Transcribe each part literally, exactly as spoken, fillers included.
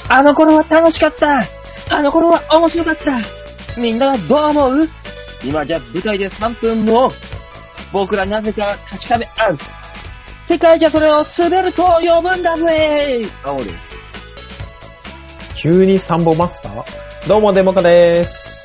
あの頃は楽しかった。あの頃は面白かった。みんなはどう思う？今じゃ舞台でさんぷんも僕らなぜか確かめ合う。世界じゃそれを滑ると呼ぶんだぜ。青です。 急にサンボマスター？どうもデモカです。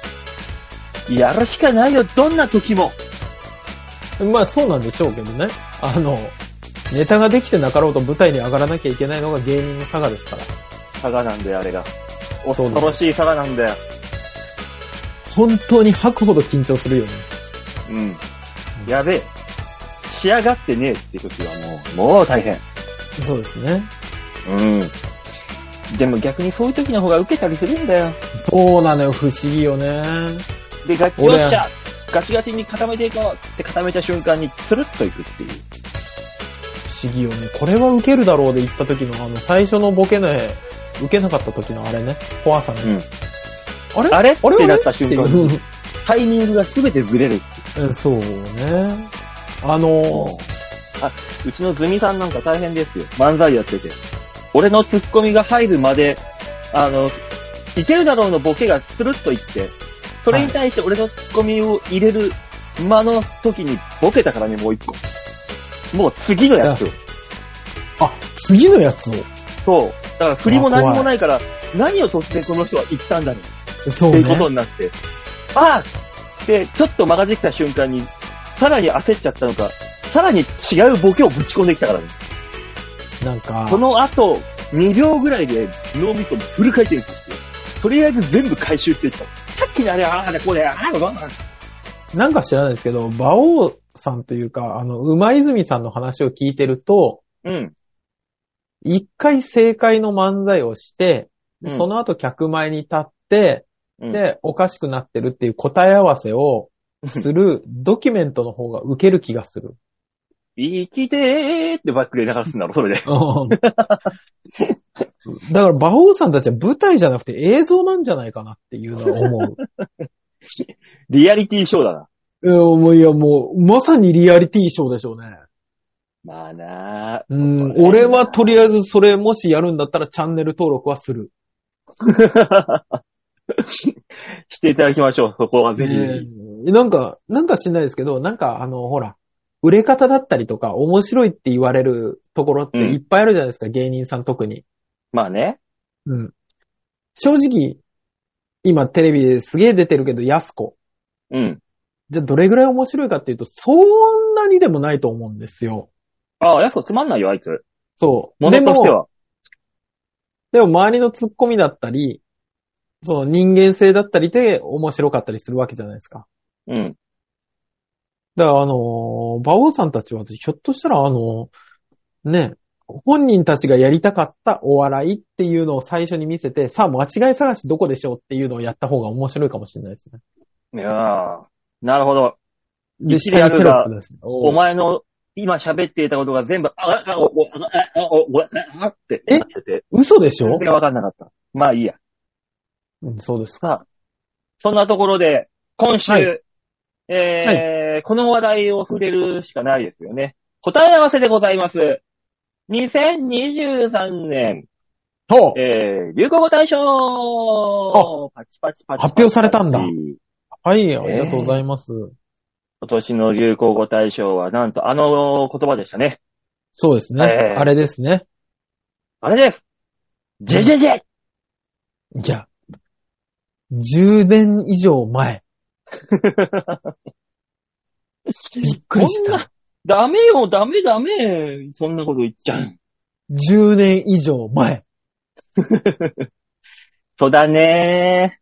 やるしかないよ、どんな時も。 まあそうなんでしょうけどね。あの、ネタができてなかろうと舞台に上がらなきゃいけないのが芸人の差がですから。 差がなんだよ、あれが。恐ろしい差がなんだよ。 本当に吐くほど緊張するよね。 うん。やべえ。仕上がってねえって時はもう、もう大変。 そうですね。 うん。でも逆にそういう時の方が受けたりするんだよ。 そうなのよ、不思議よね。 で、ガチよっしゃガチガチに固めていこうって固めた瞬間にスルッといくっていう。 不思議よね。これは受けるだろうで言った時のあの最初のボケね、受けなかった時のあれね、怖さね。うん、あれあれあれってなった瞬間に、タイミングが全てずれる。 うん、そうね。あのー、 あ、うちのズミさんなんか大変ですよ。漫才やってて。俺のツッコミが入るまで、あの、いけるだろうのボケがスルッといって、それに対して俺のツッコミを入れる間の時にボケたからね、もう一個。もう次のやつを。 あ、次のやつをそう。だから振りも何もないから、何を突然この人は言ったんだろう。そうね。っていうことになって。ああで、ちょっと間ができた瞬間に、さらに焦っちゃったのか、さらに違うボケをぶち込んできたからね。 なんか、 その後、にびょうぐらいで脳みそもフル回転して、とりあえず全部回収していった。さっきのあれ、ああ、こうで、ああ、どうなんなんか知らないですけど、馬王さんというか、あの、馬泉さんの話を聞いてると、 うん。 一回正解の漫才をして、うん、その後客前に立って、うん、で、おかしくなってるっていう答え合わせをするドキュメントの方が受ける気がする。 生きてーってバックで流すんだろ、それで。 だから、馬王さんたちは舞台じゃなくて映像なんじゃないかなっていうのは思う。 リアリティショーだな。 いや、もう、いや、もう、まさにリアリティショーでしょうね。 まあなぁ。 うん、俺はとりあえずそれもしやるんだったらチャンネル登録はする。 していただきましょう、そこはぜひ。えー、なんか、なんか知んないですけど、なんかあの、ほら、売れ方だったりとか、面白いって言われるところっていっぱいあるじゃないですか、うん、芸人さん特に。 まあね。 うん。正直、今テレビですげえ出てるけど、やすこ。 うん。 じゃあどれぐらい面白いかっていうと、そんなにでもないと思うんですよ。 ああ、やすこつまんないよ、あいつ。 そう。 ものとしては。 でも、でも周りのツッコミだったり、その人間性だったりで面白かったりするわけじゃないですか。 うん。 だからあのー、馬王さんたちは、ひょっとしたらあのー、ね、本人たちがやりたかったお笑いっていうのを最初に見せて、さあ間違い探しどこでしょうっていうのをやった方が面白いかもしれないですね。 いやー、なるほど。 で、下にテロップですね。 お前の今喋っていたことが全部、あ、あ、あ、お、あ、あ、お、あ、あってなってて。 嘘でしょ？ 全然わかんなかった。まあいいや。 うん、そうですか。 さあ、そんなところで、今週、はい、えーはい、この話題を触れるしかないですよね。答え合わせでございます。にせんにじゅうさんねん。 ほう。 えー、流行語大賞パチパチパチパチ発表されたんだ。はい、ありがとうございます。えー、 今年の流行語大賞はなんとあの言葉でしたね。 そうですね。えー、あれですね。 あれです。ジェジェジェ。 じゃあ、じゅうねん以上前。びっくりした。 ダメよ、ダメダメ。そんなこと言っちゃう。 じゅうねん以上前。 そうだね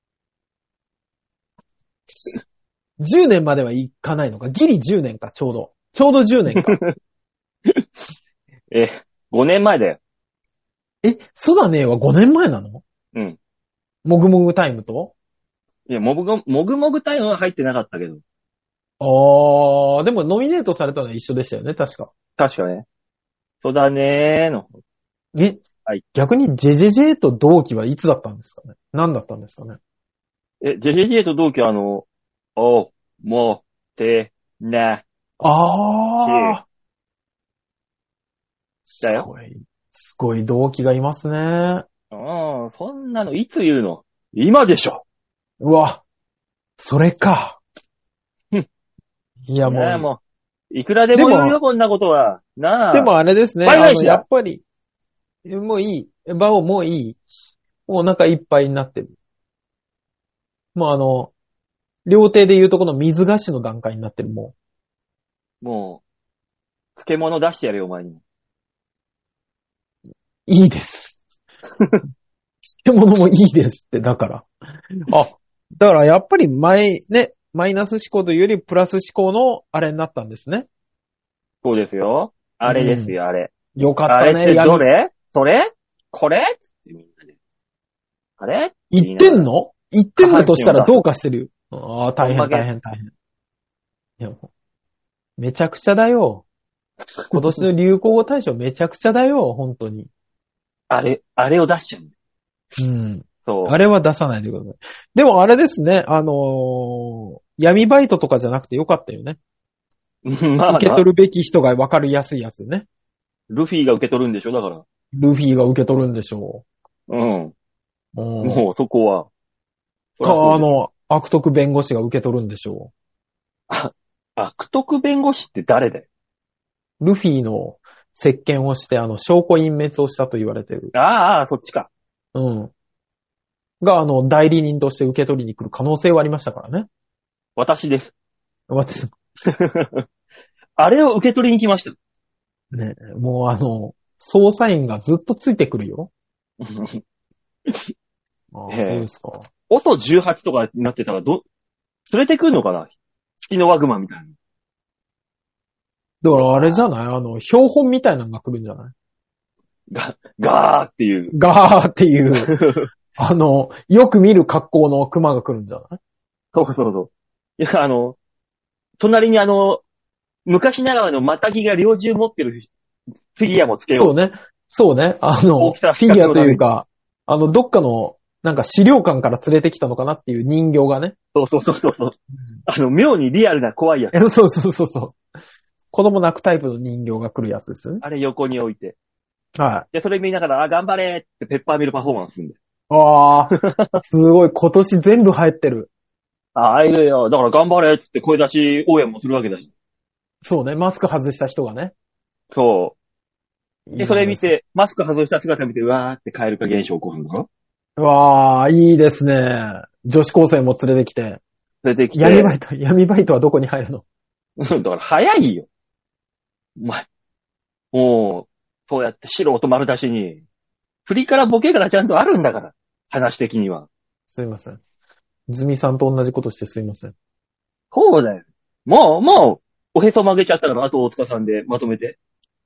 ー。じゅうねんまではいかないのか。ギリじゅうねんか、ちょうど。ちょうどじゅうねんか。 え、ごねんまえだよ。 え、そうだねーはごねんまえなの？ うん。 もぐもぐタイムと？ いや、もぐも、もぐもぐタイムは入ってなかったけど。 あー、でもノミネートされたのは一緒でしたよね、確か。 確かね。そうだねーの。 え、はい、逆にジェジェジェと同期はいつだったんですかね？何だったんですかね？ え、ジェジェジェと同期はあの、お、も、て、な。 あー。 だよ。 すごい、すごい同期がいますね。 うん、そんなのいつ言うの？今でしょ。 うわ、それか。 うん。 いや、もう、 ねえ、もう、いくらでも言うよ、こんなことは。なあ。 でもあれですね、あの、 倍返しだ。 やっぱり、えもういい。バオもういい。もうお腹いっぱいになってる。もうあの、料亭で言うとこの水菓子の段階になってる、ももう、漬物出してやるよ、お前にも。 う。いいです。漬物もいいですって、だから。あ、だからやっぱり前、ね、マイナス思考というよりプラス思考のあれになったんですね。 そうですよ。あれですよ、あれ。 よかったね、 あれってど闇。 れそれこれつってみんなで。あれ言ってんの言ってんのとしたらどうかしてるよ。ああ、大変ほんまけ大変大変。いや、もうめちゃくちゃだよ。今年の流行語大賞めちゃくちゃだよ、本当に。 あれ、あれを出しちゃうんだ。 うん。 そう。 あれは出さないでください。でもあれですね、あのー闇バイトとかじゃなくてよかったよね。 まあな、 受け取るべき人が分かりやすいやつね。 ルフィが受け取るんでしょだから。 ルフィが受け取るんでしょうん。 う。うん。 もうそこは。そか、 らそうです。 あの、悪徳弁護士が受け取るんでしょあ、悪徳弁護士って誰だよ。 う。ルフィの接見をして、あの、証拠隠滅をしたと言われてる。 ああ、ああそっちか。 うん。が、あの、代理人として受け取りに来る可能性はありましたからね。 私です。 待って、 あれを受け取りに来ました。 ね、もうあの、捜査員がずっとついてくるよ。ああ、 ええそうですか。 オソじゅうはちとかになってたらど、連れてくんのかな月のワグマみたいな。 だからあれじゃないあの、標本みたいなのが来るんじゃないが、ガーっていう。 ガーっていう、あの、よく見る格好の熊が来るんじゃないそうそうそう。いや、あの、隣にあの、昔ながらのマタギが猟銃持ってるフィギュアもつけよう。 そうね。そうね。あの、 大きさフィギュアというか、あの、どっかの、なんか資料館から連れてきたのかなっていう人形がね。 そうそうそうそう。あの、妙にリアルな怖いやつ。 そうそうそうそう。子供泣くタイプの人形が来るやつですよね。 あれ横に置いて。 はい。 で、それ見ながら、あ、頑張れってペッパーミルパフォーマンスするんだよ。 ああ、すごい。今年全部入ってる。 あ、あいるよ。だから頑張れっつって声出し応援もするわけだし。 そうね。マスク外した人がね。 そう。で、それ見て、マスク外した姿見て、うわーって蛙化現象起こるのうわあ、いいですね。女子高生も連れてきて。 連れてきて。 闇バイト、闇バイトはどこに入るのだから早いよ。お前。もう、そうやって素人丸出しに。振りからボケからちゃんとあるんだから。話的には。 すいません。ズミさんと同じことしてすいません。 そうだよ。もう、もう、おへそ曲げちゃったから、あと大塚さんでまとめて。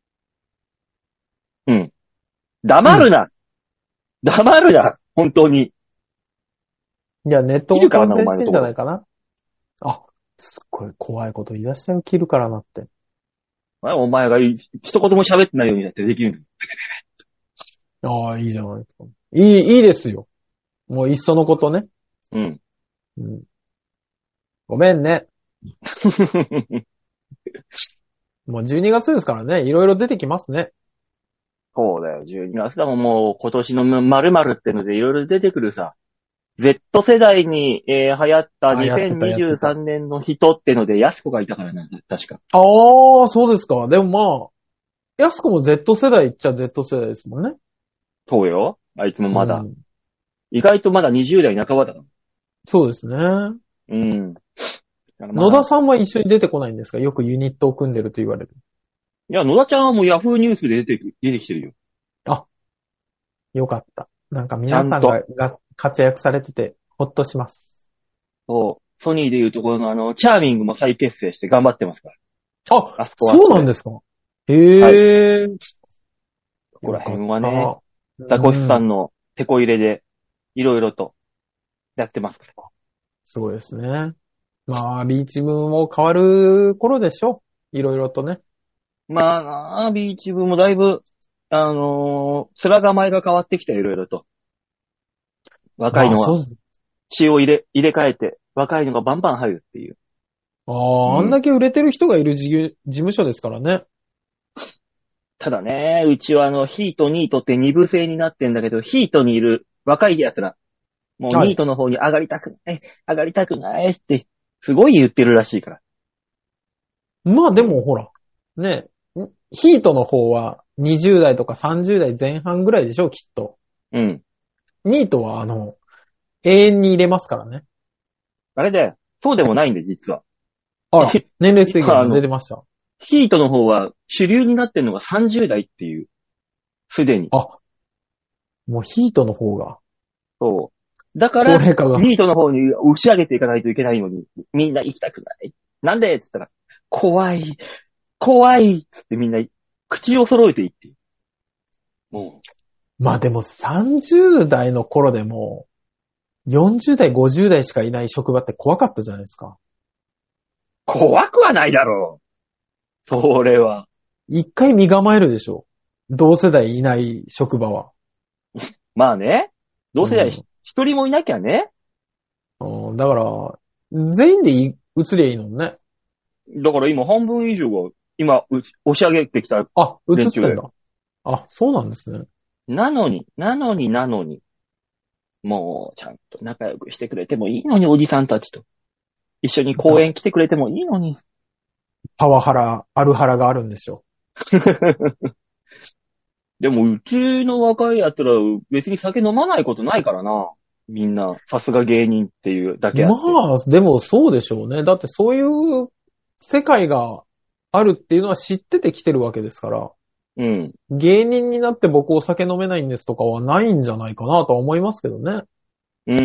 うん。黙るな、黙るな本当に。 いや、ネットも完成してんじゃないかな。あ、すっごい怖いこと言い出したよ。切るからなって。 お前が一言も喋ってないようになってできるああ、いいじゃないですか。いい、いいですよ。もういっそのことね。 の。うん。 うん。ごめんね。もうじゅうにがつですからね。いろいろ出てきますね。 そうだよ。じゅうにがつだもんもう今年の〇〇ってのでいろいろ出てくるさ。Z 世代に、えー流行ったあやってたにせんにじゅうさんねんの人ってので、安子がいたからな、確か。 ああ、そうですか。でもまあ、やすこも Z 世代っちゃ Z 世代ですもんね。 そうよ。あいつもまだ。 うん意外とまだにじゅう代半ばだな。 そうですね。 うん。 野田さんは一緒に出てこないんですか？よくユニットを組んでると言われる。 いや、野田ちゃんはもうヤフーニュースで出てく、出てきてるよ。 あ、よかった。なんか皆さんちゃがが活躍されてて、ほっとします。 そう。ソニーでいうところのあの、チャーミングも再結成して頑張ってますから。 あ、 あそこはそうなんですか？へえ。 ここら辺はね、 よかったザコシさんの手こ入れで、いろいろとやってますから。 すごいですね。まあ、ビーチ部も変わる頃でしょう。いろいろとね。 まあ、ビーチ部もだいぶ、あのー、面構えが変わってきたよ、いろいろと。若いのはあそうです血を入れ、入れ替えて、若いのがバンバン入るっていう。 ああ、 うんあんだけ売れてる人がいる事業事務所ですからね。 ただね、うちはあの、ヒート、ニートって二部制になってんだけど、ヒートにいる若い奴ら、もうはいニートの方に上がりたくない、上がりたくないって、すごい言ってるらしいから。 まあでもほら、ね、ヒートの方はにじゅう代とかさんじゅう代前半ぐらいでしょ、きっと。 うん。 ニートはあの、永遠に入れますからね。 あれだよ。そうでもないんで、実は。 あら、年齢制限が出てました。 ヒートの方は主流になってるのがさんじゅう代っていう。すでに。 あ、もうヒートの方が。 そう。だから、 高齢化がヒートの方に押し上げていかないといけないのに、みんな行きたくない。なんでって言ったら、怖い、怖いってみんな口を揃えていって。もう。まあでもさんじゅう代の頃でも、よんじゅう代、ごじゅう代しかいない職場って怖かったじゃないですか。 怖くはないだろう。それは。 一回身構えるでしょ。同世代いない職場は。 まあね。同世代一、 うん、 人もいなきゃね。 うん、だから、全員で移りゃいいのね。 だから今半分以上が、今、押し上げてきた。 あ、移ってんだ。あ、そうなんですね。 なのに、なのになのに。もう、ちゃんと仲良くしてくれてもいいのに、おじさんたちと。一緒に公園来てくれてもいいのに。 パワハラ、アルハラがあるんでしょ。 でも、うちの若い奴ら、別に酒飲まないことないからな。みんな、さすが芸人っていうだけあって。 まあ、でもそうでしょうね。だってそういう世界があるっていうのは知ってて来てるわけですから。 うん。 芸人になって僕お酒飲めないんですとかはないんじゃないかなとは思いますけどね。 うん。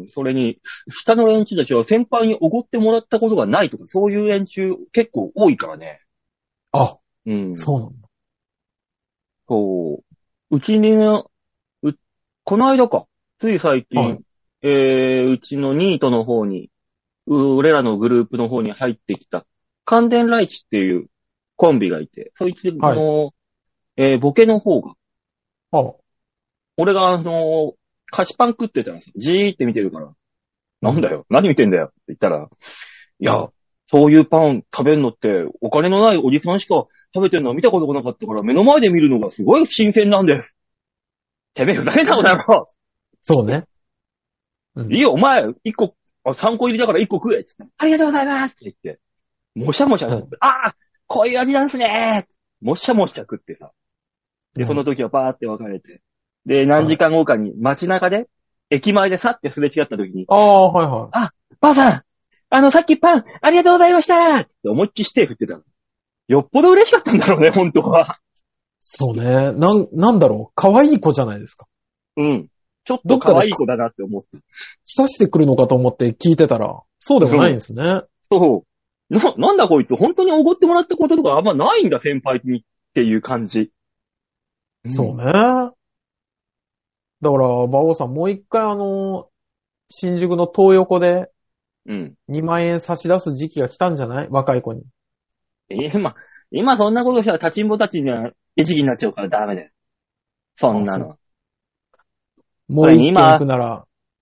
それに、下の連中たちは先輩におごってもらったことがないとか、そういう連中結構多いからね。 あ、 うん。 そうなんだ。 そう。うちにね、う、この間か。つい最近、はい、えー、うちのニートの方に、う、俺らのグループの方に入ってきた、関電ライチっていうコンビがいて、そいつの、はい、えー、ボケの方が。 ああ。 俺があの、菓子パン食ってたらさ、じーって見てるから、なんだよ、何見てんだよって言ったら、いや、そういうパン食べるのって、お金のないおじさんしか食べてるのは見たことがなかったから、目の前で見るのがすごい新鮮なんです。てめえふざけんなのだろ。 そうね。 うん、いいよ、お前、一個、さんこ入りだから一個食えっつって。ありがとうございますって言って、もしゃもしゃ、うん、ああこういう味なんすねもしゃもしゃ食ってさ。で、その時はパーって別れて。で、何時間後かに街中で、駅前でさってすれ違った時に。 ああ、はいはい。 あ、ばあさんあの、さっきパン、ありがとうございましたって思いっきり手振ってたの。よっぽど嬉しかったんだろうね、本当は。 そうね。なん、なんだろう。可愛い子じゃないですか。 うん。ちょっと可愛い子だなって思った。 刺してくるのかと思って聞いてたら、そうでもないんですね。 そう。な、なんだこいつ、本当におごってもらったこととかあんまないんだ、先輩にっていう感じ。 そうね。だから、馬王さん、もう一回あの、新宿の東横で、うん。にまん円差し出す時期が来たんじゃない？若い子に。 今、今そんなことしたら立ちんぼたちには餌食になっちゃうからダメだよ。そんなの。 もう一件行くなら、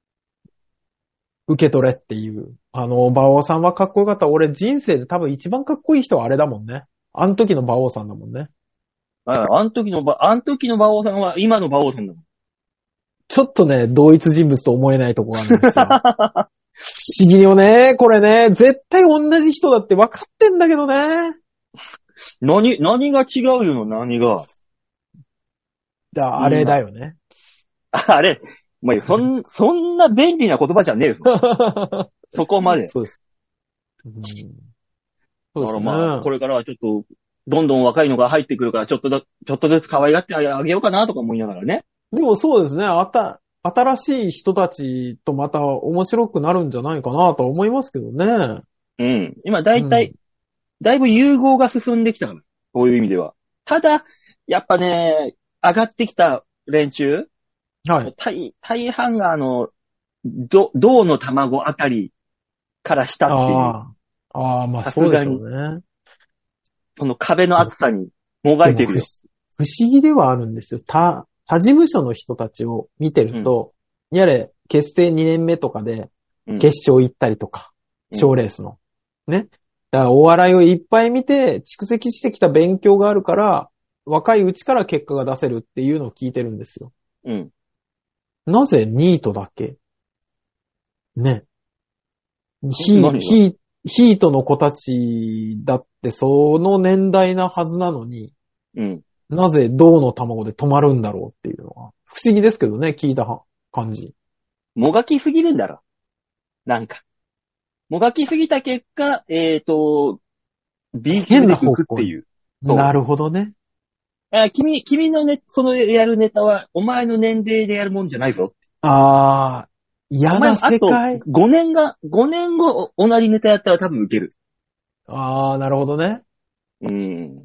受け取れっていう。あの、馬王さんはかっこよかった。俺人生で多分一番かっこいい人はあれだもんね。あの時の馬王さんだもんね。 ああの時のば、あの時の馬王さんは今の馬王さんだもん。 ちょっとね、同一人物と思えないとこがあるんですよ。不思議よね、これね。絶対同じ人だって分かってんだけどね。 何、何が違うよの、何が。 だあれだよね。 あれ、まあ、そん、そんな便利な言葉じゃねえよ。そこまで。 そうです。うん、そうですね。 だからまあ、これからはちょっと、どんどん若いのが入ってくるから、ちょっとだ、ちょっとずつ可愛がってあげようかなとか思いながらね。 でもそうですね。あた、新しい人たちとまた面白くなるんじゃないかなと思いますけどね。 うん。今だいたい、うん、だいぶ融合が進んできたから。そういう意味では。ただ、やっぱね、上がってきた連中。はい。大、大半があの、ど、銅の卵あたりからしたっていう。 ああ。ああ、まあそうでしょうね。 その壁の厚さにもがいてるよ。 不思議ではあるんですよ。た、他事務所の人たちを見てると、うん、やれ、結成にねんめとかで、決勝行ったりとか、うん、賞レースの。ね。だからお笑いをいっぱい見て、蓄積してきた勉強があるから、 若いうちから結果が出せるっていうのを聞いてるんですよ。 うん。 なぜニートだけね。ヒ何がー、ヒー、ヒートの子たちだってその年代なはずなのに、 うん。 なぜ銅の卵で止まるんだろうっていうのは。不思議ですけどね、聞いた感じ。 もがきすぎるんだろ。なんか。もがきすぎた結果、えーと、B 級で浮くっていう。そう。 なるほどね。 あ君、君のね、そのやるネタは、お前の年齢でやるもんじゃないぞ。 あー、嫌な世お前、 界。 あと、ごねんが、ごねんご、同じネタやったら多分受ける。 あー、なるほどね。 うん。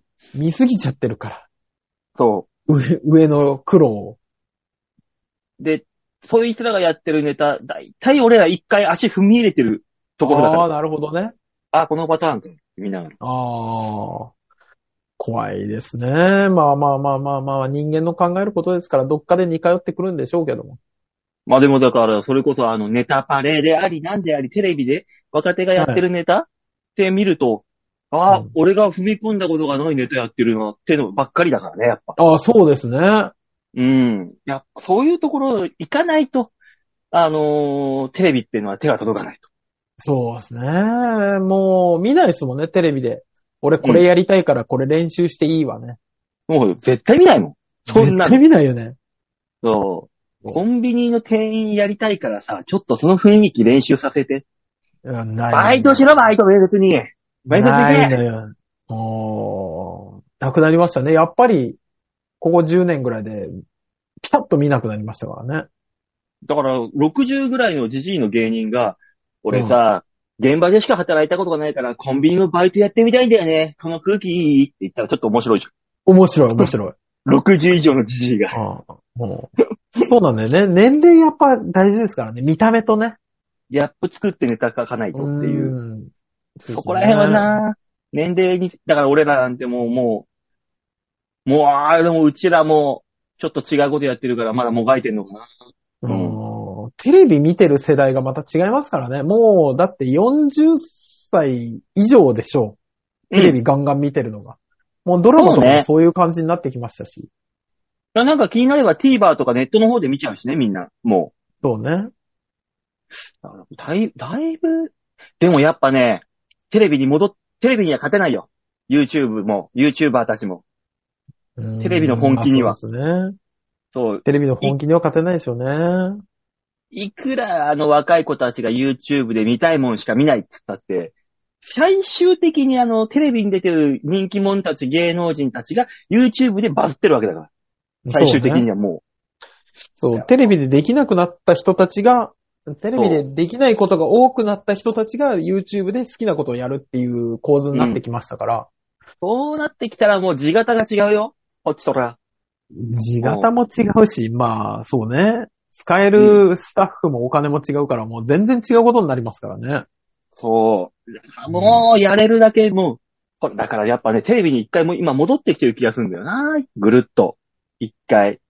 見すぎちゃってるから。 そ上、上の苦労を。 う。で、そいつらがやってるネタ、だいたい俺ら一回足踏み入れてるところだから。 あー、なるほどね。 あ、このパターンか。見ながら。 あー、怖いですね。まあまあまあまあまあ、人間の考えることですから、どっかで似通ってくるんでしょうけども。 まあでもだから、それこそあのネタパレであり、なんであり、テレビで若手がやってるネタって見ると、ああ、 うん俺が踏み込んだことがないネタやってるなってのばっかりだからね、やっぱ。 あー、そうですね。 うん。いや、そういうところ行かないと、あのーテレビっていうのは手が届かないと。 そうですね。もう、見ないですもんね、テレビで。俺これやりたいからこれ練習していいわね。 もう絶対見ないもん。そんなの。 絶対見ないよね。 そう。コンビニの店員やりたいからさ、ちょっとその雰囲気練習させて。 うんない。 バイトしろ、バイト、面接に。面接にないね。 のよ。おー、なくなりましたね。やっぱり、ここじゅうねんぐらいで、ピタッと見なくなりましたからね。 だから、ろくじゅうぐらいのジジイの芸人が、俺さ、現場でしか働いたことがないから、コンビニのバイトやってみたいんだよね。この空気いいって言ったらちょっと面白いじゃ面白い、面白い。 ん。ろくじゅう以上のジジイが。 ああもうそうなんだよね。年齢やっぱ大事ですからね。見た目とね。 ギャップ作ってネタ書かないとっていう。 うんそこら辺はな、年齢に、だから俺らなんてもう、もう、もう、ああ、でもうちらも、ちょっと違うことやってるからまだもがいてんのかな。 うんテレビ見てる世代がまた違いますからね。もう、だってよんじゅっさい以上でしょう。テレビガンガン見てるのが。もうドラマとかもそういう感じになってきましたし。 なんか気になれば TVer とかネットの方で見ちゃうしね、みんな。もそうね。 う。だい、だいぶ、でもやっぱね、テレビに戻っ、テレビには勝てないよ。YouTube も、YouTuber たちも。テレビの本気には。 そうですね。 そう。 テレビの本気には勝てないでしょうね。 いくらあの若い子たちが YouTube で見たいもんしか見ないって言ったって、最終的にあのテレビに出てる人気者たち、芸能人たちが YouTube でバズってるわけだから。最終的にはもう。 そう、ね、そう、テレビでできなくなった人たちが、テレビでできないことが多くなった人たちが YouTube で好きなことをやるっていう構図になってきましたから。うん、 そうなってきたらもう地形が違うよ。こっちとら。 地形も違うし、まあ、そうね。使えるスタッフもお金も違うから、もう全然違うことになりますからね。 そう。もう、やれるだけもう、だからやっぱね、テレビに一回も今戻ってきてる気がするんだよな。ぐるっと。一回。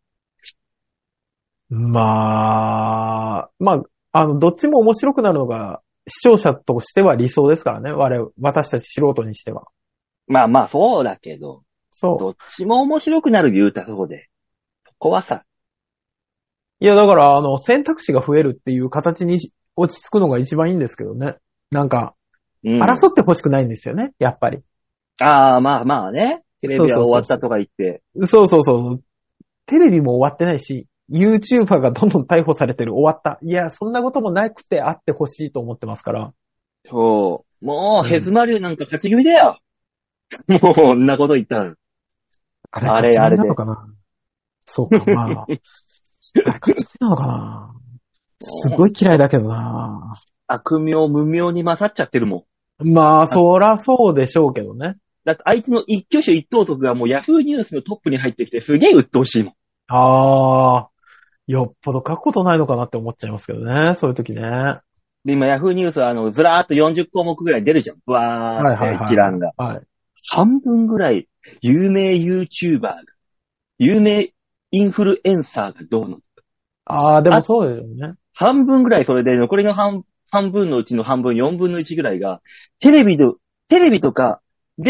まあ、まあ、あの、どっちも面白くなるのが、視聴者としては理想ですからね。我々、私たち素人にしては。 まあまあ、そうだけど。 そう。 どっちも面白くなる言うたとこで。ここはさ。 いや、だから、あの、選択肢が増えるっていう形に落ち着くのが一番いいんですけどね。なんか、うん、争ってほしくないんですよね、やっぱり。 ああ、まあまあね。テレビは終わったとか言って。 そうそうそう。テレビも終わってないし、YouTuber がどんどん逮捕されてる終わった。いや、そんなこともなくてあってほしいと思ってますから。 そう。もう、ヘズマリュウなんか勝ち組だよ。もう、こんなこと言ったら。 あれ、あれ、あれなのかな。そうか、まあ。あれ、勝ち組なのかな。すごい嫌いだけどな。 悪名無名に勝っちゃってるもん。まあ、そらそうでしょうけどね。 だって相手の一挙手一投足がもうヤフーニュースのトップに入ってきてすげえ鬱陶しいもん。 ああ。よっぽど書くことないのかなって思っちゃいますけどね。そういう時ね。 で、今ヤフーニュースはあの、ずらーっとよんじゅっこうもくぐらい出るじゃん。ブワーって一覧が。 はいはいはい。 半分ぐらい有名 YouTuber が、有名インフルエンサーがどうの。 ああ、でもそうですよね。 半分ぐらいそれで、残りの半、半分のうちの半分、よんぶんのいちぐらいが、テレビと、テレビとかで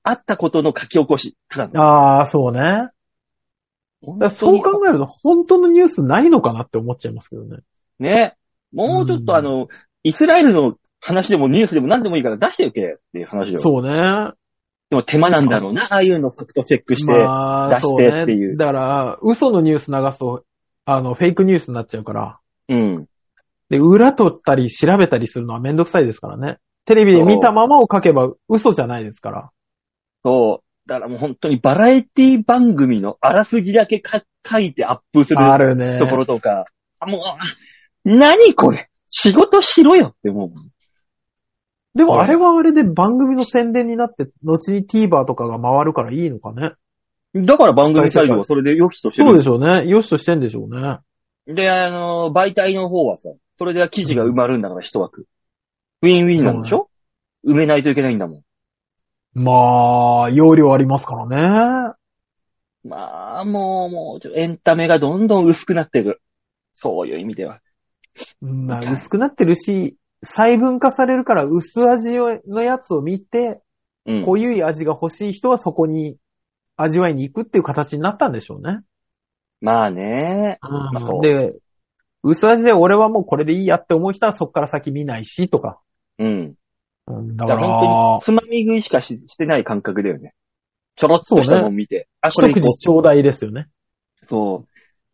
あったことの書き起こし。ただああ、そうね。だからそう考えると、本当のニュースないのかなって思っちゃいますけどね。 ね。もうちょっとあの、うん、イスラエルの話でもニュースでも何でもいいから出しておけっていう話よ。 そうね。 でも手間なんだろうな、ああいうのファクトチェックして、出してっていう。 ね、だから、嘘のニュース流すと、あの、フェイクニュースになっちゃうから。 うん。 で、裏取ったり調べたりするのはめんどくさいですからね。テレビで見たままを書けば嘘じゃないですから。 そう。だからもう本当にバラエティ番組のあらすじだけ書いてアップするあるねところとか。あ、もう、何これ仕事しろよって思う。 でもあれはあれで番組の宣伝になって、後に TVer とかが回るからいいのかね。 だから番組サイドはそれで良しとしてる。 そうでしょうね。良しとしてんでしょうね。 で、あの、媒体の方はさ、それで記事が埋まるんだから一枠。ウィンウィンなんでしょ、ね、埋めないといけないんだもん。 まあ、容量ありますからね。 まあ、もう、もう、エンタメがどんどん薄くなっていく。そういう意味では。 まあ、薄くなってるし、細分化されるから薄味のやつを見て、うん、濃ゆい味が欲しい人はそこに味わいに行くっていう形になったんでしょうね。 まあね。 うんまあ、で、薄味で俺はもうこれでいいやって思う人はそこから先見ないしとか。 うん。 うん、 だから本当につまみ食いしか し, してない感覚だよね。ちょろっとしたもん見て。ね、 あ、これ一口ちょうだいですよね。 そう。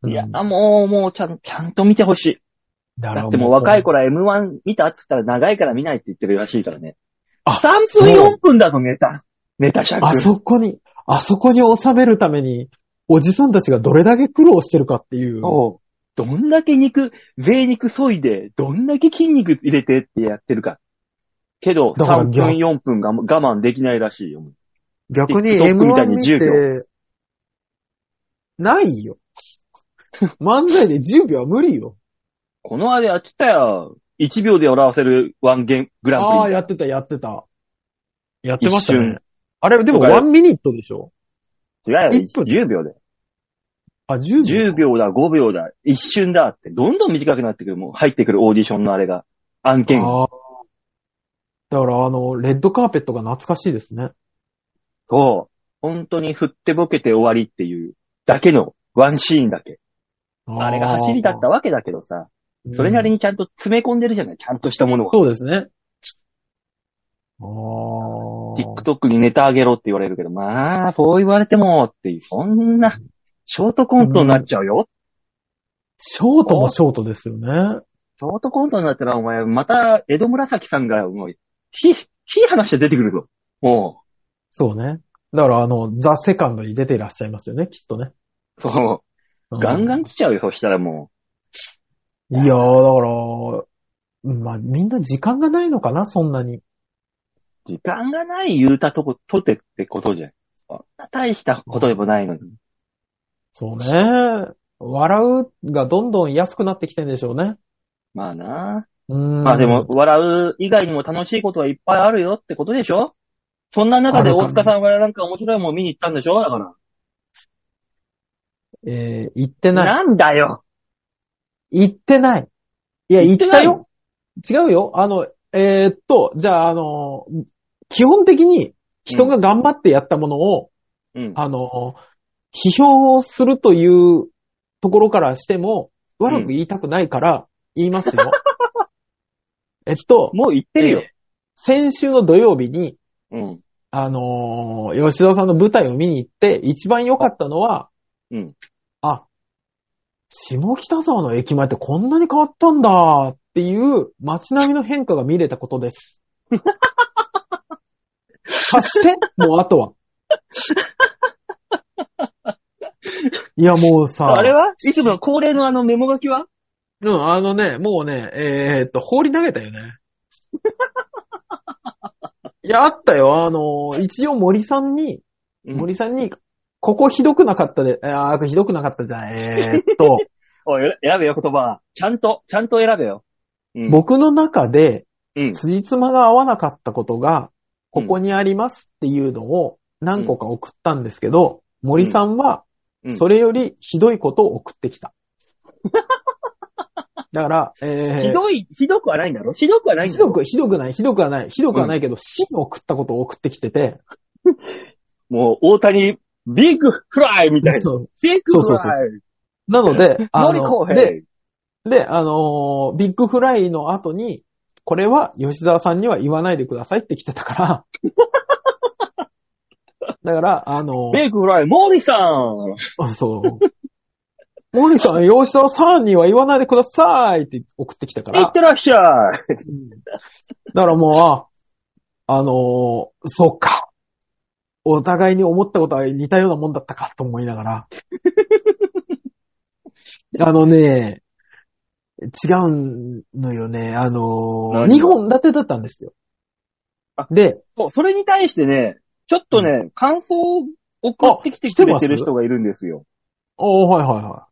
いや、うん、もう、もうちゃん、ちゃんと見てほしい。だ, だってもう若い頃 エムワン 見たって言ったら長いから見ないって言ってるらしいからね。あ、さんぷんよんぷんだとネタ。ネタ尺。 あそこに、あそこに収めるために、おじさんたちがどれだけ苦労してるかっていう。 おうどんだけ肉、贅肉削いで、どんだけ筋肉入れてってやってるか。けど、さんぷんよんぷんが我慢できないらしいよ。 逆に エムワン 見て、ないよ。漫才でじゅうびょうは無理よ。 この間やってたよ。いちびょうで笑わせるワンゲングランプリ。 ああ、やってた、やってた。やってましたね。あれ、でもワンミニットでしょ？ 違うよ、いっぷん。じゅうびょうで。 あ、じゅうびょう。 じゅうびょうだ、ごびょうだ、一瞬だって、どんどん短くなってくる、もう入ってくるオーディションのあれが。案件。ああ。 だからあの、レッドカーペットが懐かしいですね。 そう。本当に振ってボケて終わりっていうだけのワンシーンだけ。あ, あれが走りだったわけだけどさ。それなりにちゃんと詰め込んでるじゃない、ちゃんとしたものは。 そうですね。 あー TikTok にネタあげろって言われるけど、まあ、そう言われてもっていう、そんな、ショートコントになっちゃうよ。うん、 ショートもショートですよね。 ショートコントになったら、お前、また、江戸紫さんが、もう、ひ、ひ話して出てくるぞ。もう。 そうね。だから、あの、ザ・セカンドに出ていらっしゃいますよね、きっとね。 そう。うん、ガンガン来ちゃうよ、そしたらもう。 いやー、だから、まあ、みんな時間がないのかな、そんなに。 時間がない言うたとこ、とてってことじゃん。そんな大したことでもないのに。 そうね。笑うがどんどん安くなってきてんでしょうね。 まあな。 うん。 まあでも、笑う以外にも楽しいことはいっぱいあるよってことでしょ？そんな中で大塚さんはなんか面白いもん見に行ったんでしょ？だから。 えー、行ってない。 なんだよ。 行ってない。いや、行ったよ。違うよ。あの、えー、っと、じゃあ、あの、基本的に人が頑張ってやったものを、うん、あの、批評するというところからしても、悪く言いたくないから言いますよ。うん、えっと、 もう言ってるよ、えー。 先週の土曜日に、 うん、 あのー、吉田さんの舞台を見に行って、一番良かったのは、 うん、 あ、下北沢の駅前ってこんなに変わったんだっていう街並みの変化が見れたことです。貸してもうあとは。いやもうさ。 あれはいつも恒例のあのメモ書きはうん、あのね、もうね、えー、っと、放り投げたよね。いや、あったよ。あの、一応森さんに、うん、森さんに、ここひどくなかったで、あー、ひどくなかったじゃん。えー、っと。 おい、選べよ、言葉。ちゃんと、ちゃんと選べよ。 うん、僕の中で、つじつまが合わなかったことが、ここにありますっていうのを何個か送ったんですけど、うん、森さんは、それよりひどいことを送ってきた。だから、えー、 ひどい、ひどくはないんだろ？ひどくはないんだろ？ ひどく、ひどくない、ひどくはない、ひどくはないけど、死、うん、を送ったことを送ってきてて、 もう、大谷、ビッグフライみたいな。 そうビッグフライ。 そうそうそうなので、あ森公の、 平。 で、で、あのービッグフライの後に、これは吉沢さんには言わないでくださいって来てたから、だから、あのー、 ビッグフライ、森さん。 あそう。森さん、吉沢さんには言わないでくださいって送ってきたから。 いってらっしゃい。 だからもう、あ、あのー、そうか。お互いに思ったことは似たようなもんだったかと思いながら。あのね、違うのよね。あのー、にほん立てだったんですよ。で、 そう、それに対してね、ちょっとね、うん、感想を送ってきてくれてる人がいるんですよ。 おー、はいはいはい。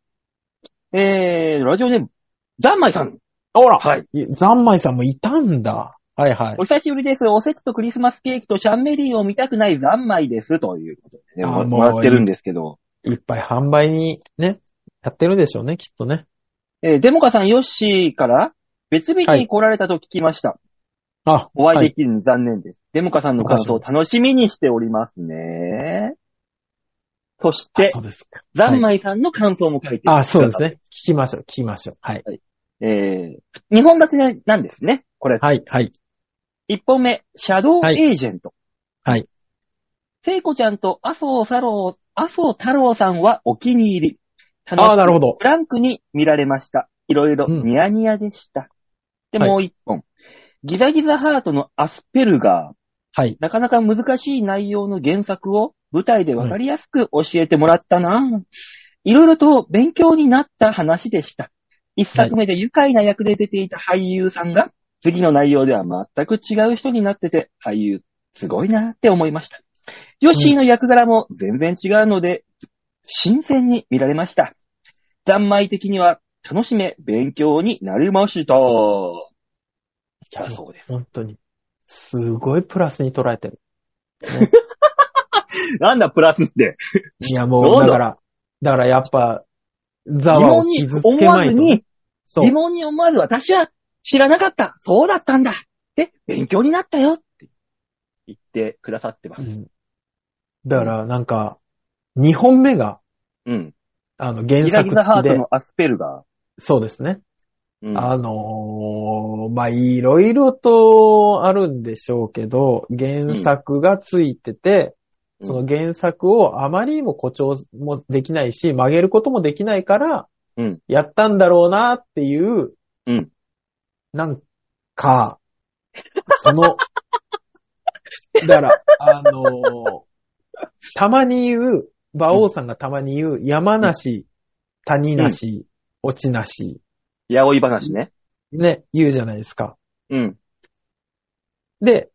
えー、ラジオネーム、ザンマイさん。 あら、 はい。 ザンマイさんもいたんだ。はいはい。 お久しぶりです。おせちとクリスマスケーキとシャンメリーを見たくないザンマイです。ということでね、も, もらってるんですけど。 いっぱい販売にね、やってるでしょうね、きっとね。 えー、デモカさん、ヨッシーから別日に来られたと聞きました。 はい、あ、 お会いできるの残念です。はい、デモカさんの感想を楽しみにしておりますね。そして、 そうですか。 ザンマイさんの感想も書いてる。 あ、そうですね。聞きましょう、聞きましょう。はい。はい、 えー、にほん立てなんですね、これ。 はい、はい。 いっぽんめ、シャドウエージェント。 はい。 聖子ちゃんと麻生太郎、麻生太郎さんはお気に入り。楽しく、あ、なるほど。 フランクに見られました。いろいろニヤニヤでした。うん、で、もう一本、はい。ギザギザハートのアスペルガー。 はい。 なかなか難しい内容の原作を舞台でわかりやすく教えてもらったな、うん、いろいろと勉強になった話でした。一作目で愉快な役で出ていた俳優さんが、次の内容では全く違う人になってて、俳優、すごいなって思いました。ヨッシーの役柄も全然違うので、新鮮に見られました。残米的には楽しめ、勉強になりました。いや、そうです。 本当に。すごいプラスに捉えてる。 ね、なんだプラスって。 いや、もう、だから、だからやっぱ、ザワを傷つけまいと、ね、 疑問に思わず私は知らなかった。そうだったんだ。で、勉強になったよって言ってくださってます。うん、 だから、なんか、にほんめが、 うん。 あの、原作付きで。ギザギザハートのアスペルガー。 そうですね。うん、あのー、まあ、いろいろとあるんでしょうけど、原作がついてて、うん、その原作をあまりにも誇張もできないし、曲げることもできないから、 うん、 やったんだろうなっていう、 うん、 なんか、その、だから、あのー、たまに言う、馬王さんがたまに言う、山なし、谷なし、落ちなし。 八百話ね。 ね、言うじゃないですか。 うん。 で、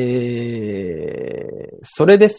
えー、それです。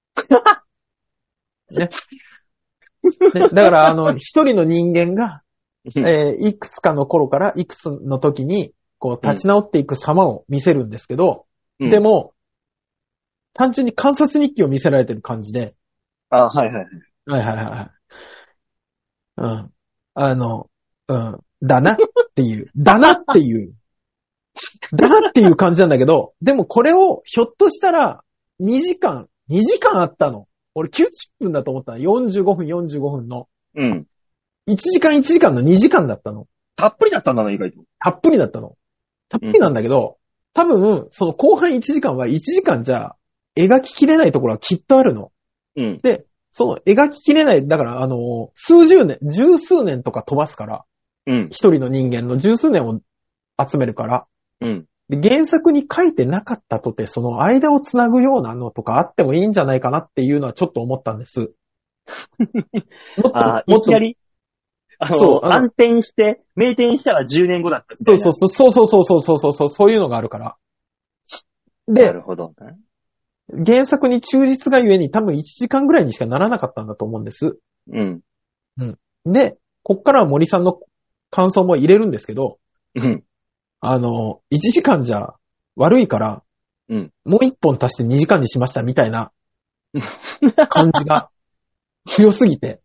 ね。ね、だから、あの、一人の人間が、えー、いくつかの頃からいくつの時に、こう、立ち直っていく様を見せるんですけど、うん、でも、単純に観察日記を見せられてる感じで。 あ、はいはいはい。 はいはいはい。うん。あの、うん。だなっていう。だなっていう。だなっていう感じなんだけど、でもこれをひょっとしたらにじかん、にじかんあったの。俺きゅうじゅっぷんだと思ったの。よんじゅうごふん、よんじゅうごふんの。 うん。 いちじかんいちじかんのにじかんだったの。 たっぷりだったんだな、意外と。 たっぷりだったの。たっぷりなんだけど、うん、多分、その後半いちじかんはいちじかんじゃ描ききれないところはきっとあるの。 うん。 で、その描ききれない、だからあの、数十年、十数年とか飛ばすから、 うん。 一人の人間の十数年を集めるから、 うん。 で原作に書いてなかったとて、その間をつなぐようなのとかあってもいいんじゃないかなっていうのはちょっと思ったんです。もっと、あもっといきなりあの、そう、暗転して、明転したらじゅうねんごだったみたいな。 そうそうそう、そうそうそうそうそうそう、そういうのがあるから。で、 なるほど、ね。 原作に忠実がゆえに多分いちじかんぐらいにしかならなかったんだと思うんです。 うん。 うん。で、こっからは森さんの感想も入れるんですけど、 うん。 あの、いちじかんじゃ悪いから、 うん。 もういっぽん足してにじかんにしましたみたいな感じが強すぎて。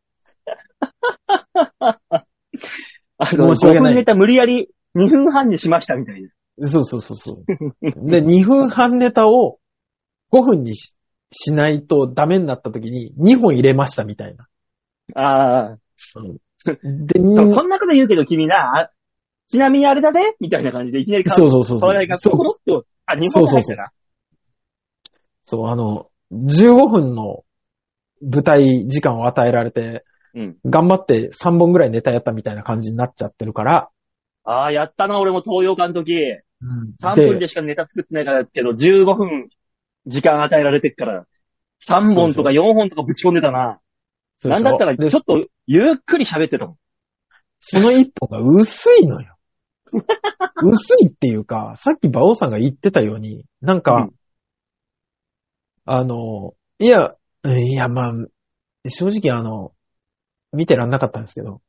あの、ごふんネタ無理やりにふんはんにしましたみたいな。 そうそうそうそう。で、にふんはんネタをごふんにししないとダメになった時ににほん入れましたみたいな。 ああ。 で、 こんなこと言うけど君な、ちなみにあれだねみたいな感じでいきなり顔そうそうそうそう。 がコロッと、あ、にほん入ったな。 そう、あの、じゅうごふんの舞台時間を与えられて、うん、頑張ってさんぼんぐらいネタやったみたいな感じになっちゃってるから。 ああ、やったな、俺も東洋館の時。うん、さんぷんでしかネタ作ってないからけど、じゅうごふん時間与えられてっから、さんぼんとかよんほんとかぶち込んでたな。そうそうなんだったら、ちょっとゆっくり喋ってたもん。 その一本が薄いのよ。薄いっていうか、さっき馬王さんが言ってたように、なんか、うん、あの、いや、いや、まあ、正直あの、見てらんなかったんですけど。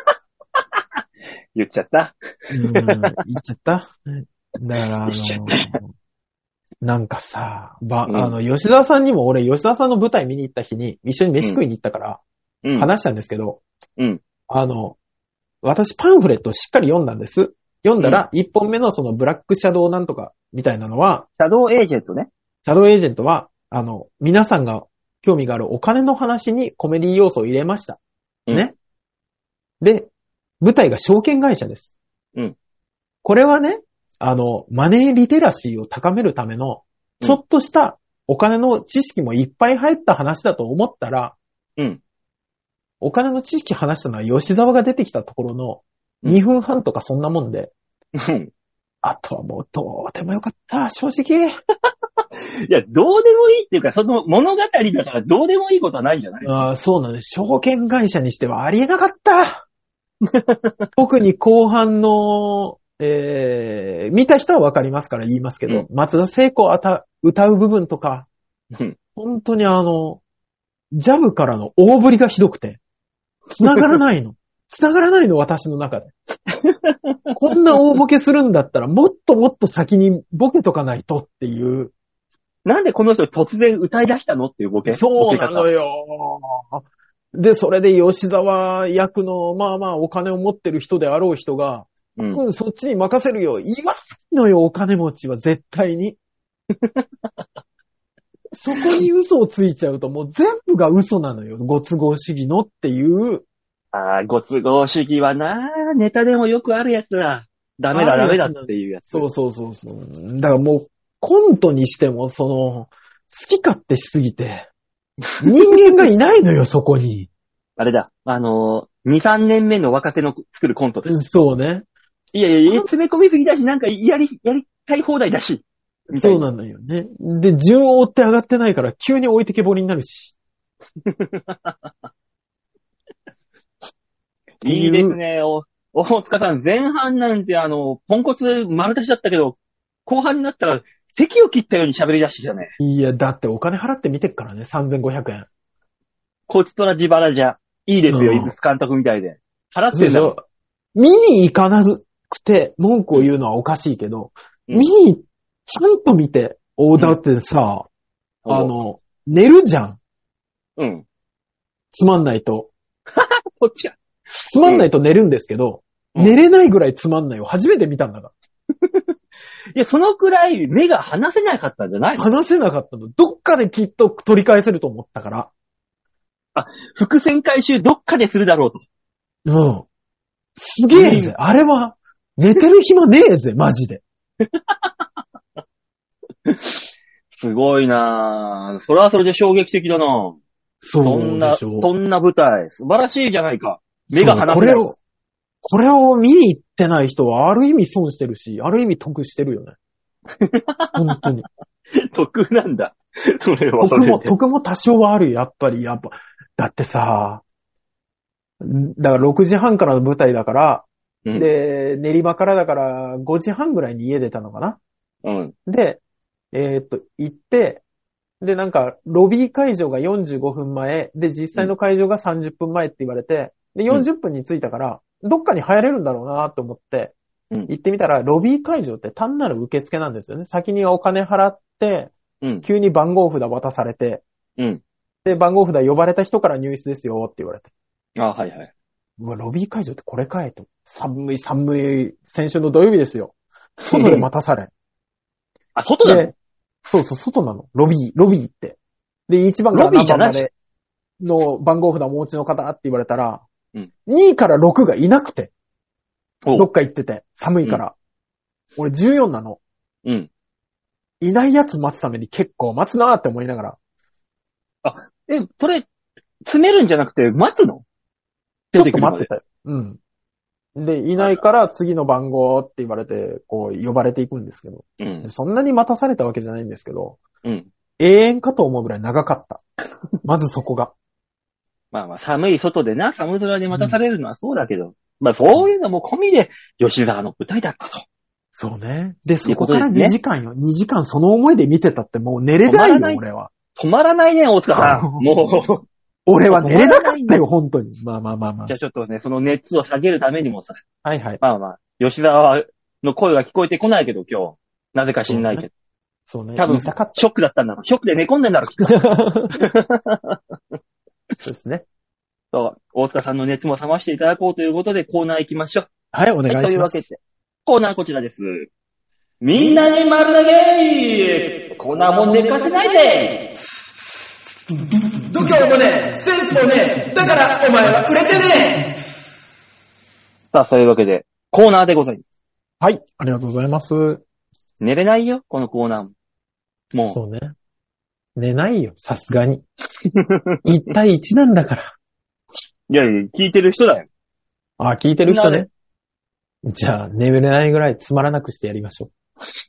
言っちゃった。 うん、言っちゃった。だからあの、なんかさ、ば、うん、あの、吉田さんにも俺、吉田さんの舞台見に行った日に一緒に飯食いに行ったから、話したんですけど、うん、あの、私パンフレットをしっかり読んだんです。読んだら、一本目のそのブラックシャドウなんとかみたいなのは、 シャドウエージェントね。 シャドウエージェントは、あの、皆さんが興味があるお金の話にコメディ要素を入れました。うん、ね。で、舞台が証券会社です。うん。これはね、あの、マネーリテラシーを高めるための、ちょっとしたお金の知識もいっぱい入った話だと思ったら、うん。お金の知識話したのは吉沢が出てきたところのにふんはんとかそんなもんで、うん。あとはもうどうでもよかった、正直。 いや、どうでもいいっていうか、その物語だからどうでもいいことはないんじゃない？ ああ、そうなんです。証券会社にしてはありえなかった。特に後半の、えー、見た人はわかりますから言いますけど、うん、松田聖子あた歌う部分とか、うん、本当にあの、ジャブからの大振りがひどくて、繋がらないの。繋がらないの、私の中で。こんな大ボケするんだったら、もっともっと先にボケとかないとっていう。 なんでこの人突然歌い出したのっていうボケ。 そうなのよ。で、それで吉沢役の、まあまあお金を持ってる人であろう人が、うん、うん、そっちに任せるよ。言わないのよ、お金持ちは絶対に。そこに嘘をついちゃうともう全部が嘘なのよ。ご都合主義のっていう。 ああ、ご都合主義はな、ネタでもよくあるやつだ。ダメだダメだっていうやつ。 そうそうそうそう。だからもうコントにしてもその、好き勝手しすぎて、人間がいないのよ、そこに。 あれだ、あのー、に、さんねんめの若手の作るコントです。 そうね。 いやいや、詰め込みすぎだし、なんかやり、やりたい放題だし。 そうなのよね。で、順を追って上がってないから急に置いてけぼりになるし。 いいですね。お、大塚さん、前半なんてあの、ポンコツ丸出しだったけど、後半になったら、席を切ったように喋り出してきたね。 いや、だってお金払って見てっからね、さんぜんごひゃくえん。 こちとら自腹じゃ、いいですよ、井筒監督みたいで。払ってるだろ。 見に行かなくて、文句を言うのはおかしいけど、うん、見に、ちゃんと見て、お、だってさ、うん、あの、寝るじゃん。うん。つまんないと。 こっちや。 つまんないと寝るんですけど、うん、寝れないぐらいつまんないを初めて見たんだから。 いや、そのくらい目が離せなかったんじゃないの？ 離せなかったの。どっかできっと取り返せると思ったから。 あ、伏線回収どっかでするだろうと。 うん。すげえぜ。あれは、寝てる暇ねえぜ、マジで。 すごいなぁ。それはそれで衝撃的だなぁ。 そうでしょ。 そんな、そんな舞台。素晴らしいじゃないか。目が離せない。 これを、これを見に行ってない人はある意味損してるし、ある意味得してるよね。本当に。 得なんだ。それはそれで。 得も、得も多少はあるよ、やっぱり。やっぱ。だってさ、だからろくじはんからの舞台だから、うん、で、練馬からだからごじはんぐらいに家出たのかな。うん。で、えー、っと、行って、で、なんか、ロビー会場がよんじゅうごふんまえ、で、実際の会場がさんじゅっぷんまえって言われて、で、よんじゅっぷんに着いたから、うん、どっかに入れるんだろうなと思って、うん、行ってみたら、ロビー会場って単なる受付なんですよね。先にお金払って、うん、急に番号札渡されて、うん、で、番号札呼ばれた人から入室ですよって言われて。 あ、はいはい。 うわ、ロビー会場ってこれかいと。寒い寒い、先週の土曜日ですよ。外で待たされ。 あ、外だね。 そうそう、外なの。ロビー、ロビーって。 で、いちばんからロビーじゃない何番までの番号札をお持ちの方って言われたら、 うん、 にいからろくがいなくて、 おどっか行ってて、寒いから。うん、俺じゅうよんなの。 うん。 いないやつ待つために結構待つなーって思いながら。 あ、え、それ、詰めるんじゃなくて待つの？ ちょっと待ってたよ。うん。で、いないから次の番号って言われて、こう呼ばれていくんですけど。 うん。 そんなに待たされたわけじゃないんですけど。 うん。 永遠かと思うぐらい長かった。まずそこが。 まあまあ寒い外でな、寒空で待たされるのはそうだけど、うん、まあそういうのも込みで吉沢の舞台だったと。 そうね。で、そこからにじかんよ。にじかんその思いで見てたってもう寝れないよ、俺は。 止まらないね、大塚さん。もう。 俺は寝れなかったよ、本当に。まあまあまあまあ。 じゃあちょっとね、その熱を下げるためにもさ。 はいはい。 まあまあ、吉沢の声が聞こえてこないけど、今日。なぜか知んないけど。 そうね。 多分、ショックだったんだろう。ショックで寝込んでんだろう。 そうですね。 そう。大塚さんの熱も冷ましていただこうということで、コーナー行きましょう。 はい、お願いします。 というわけで、コーナーこちらです。みんなに丸投げコーナーも寝かせないで度胸もねえ、センスもねえ、だからお前は売れてねえ。 さあ、そういうわけで、コーナーでございます。 はい、ありがとうございます。 寝れないよ、このコーナーも。もう。 そうね。寝ないよ、さすがに。一対一なんだから。 いやいや、聞いてる人だよ。 あ、聞いてる人ね。じゃあ、眠れないぐらいつまらなくしてやりましょう。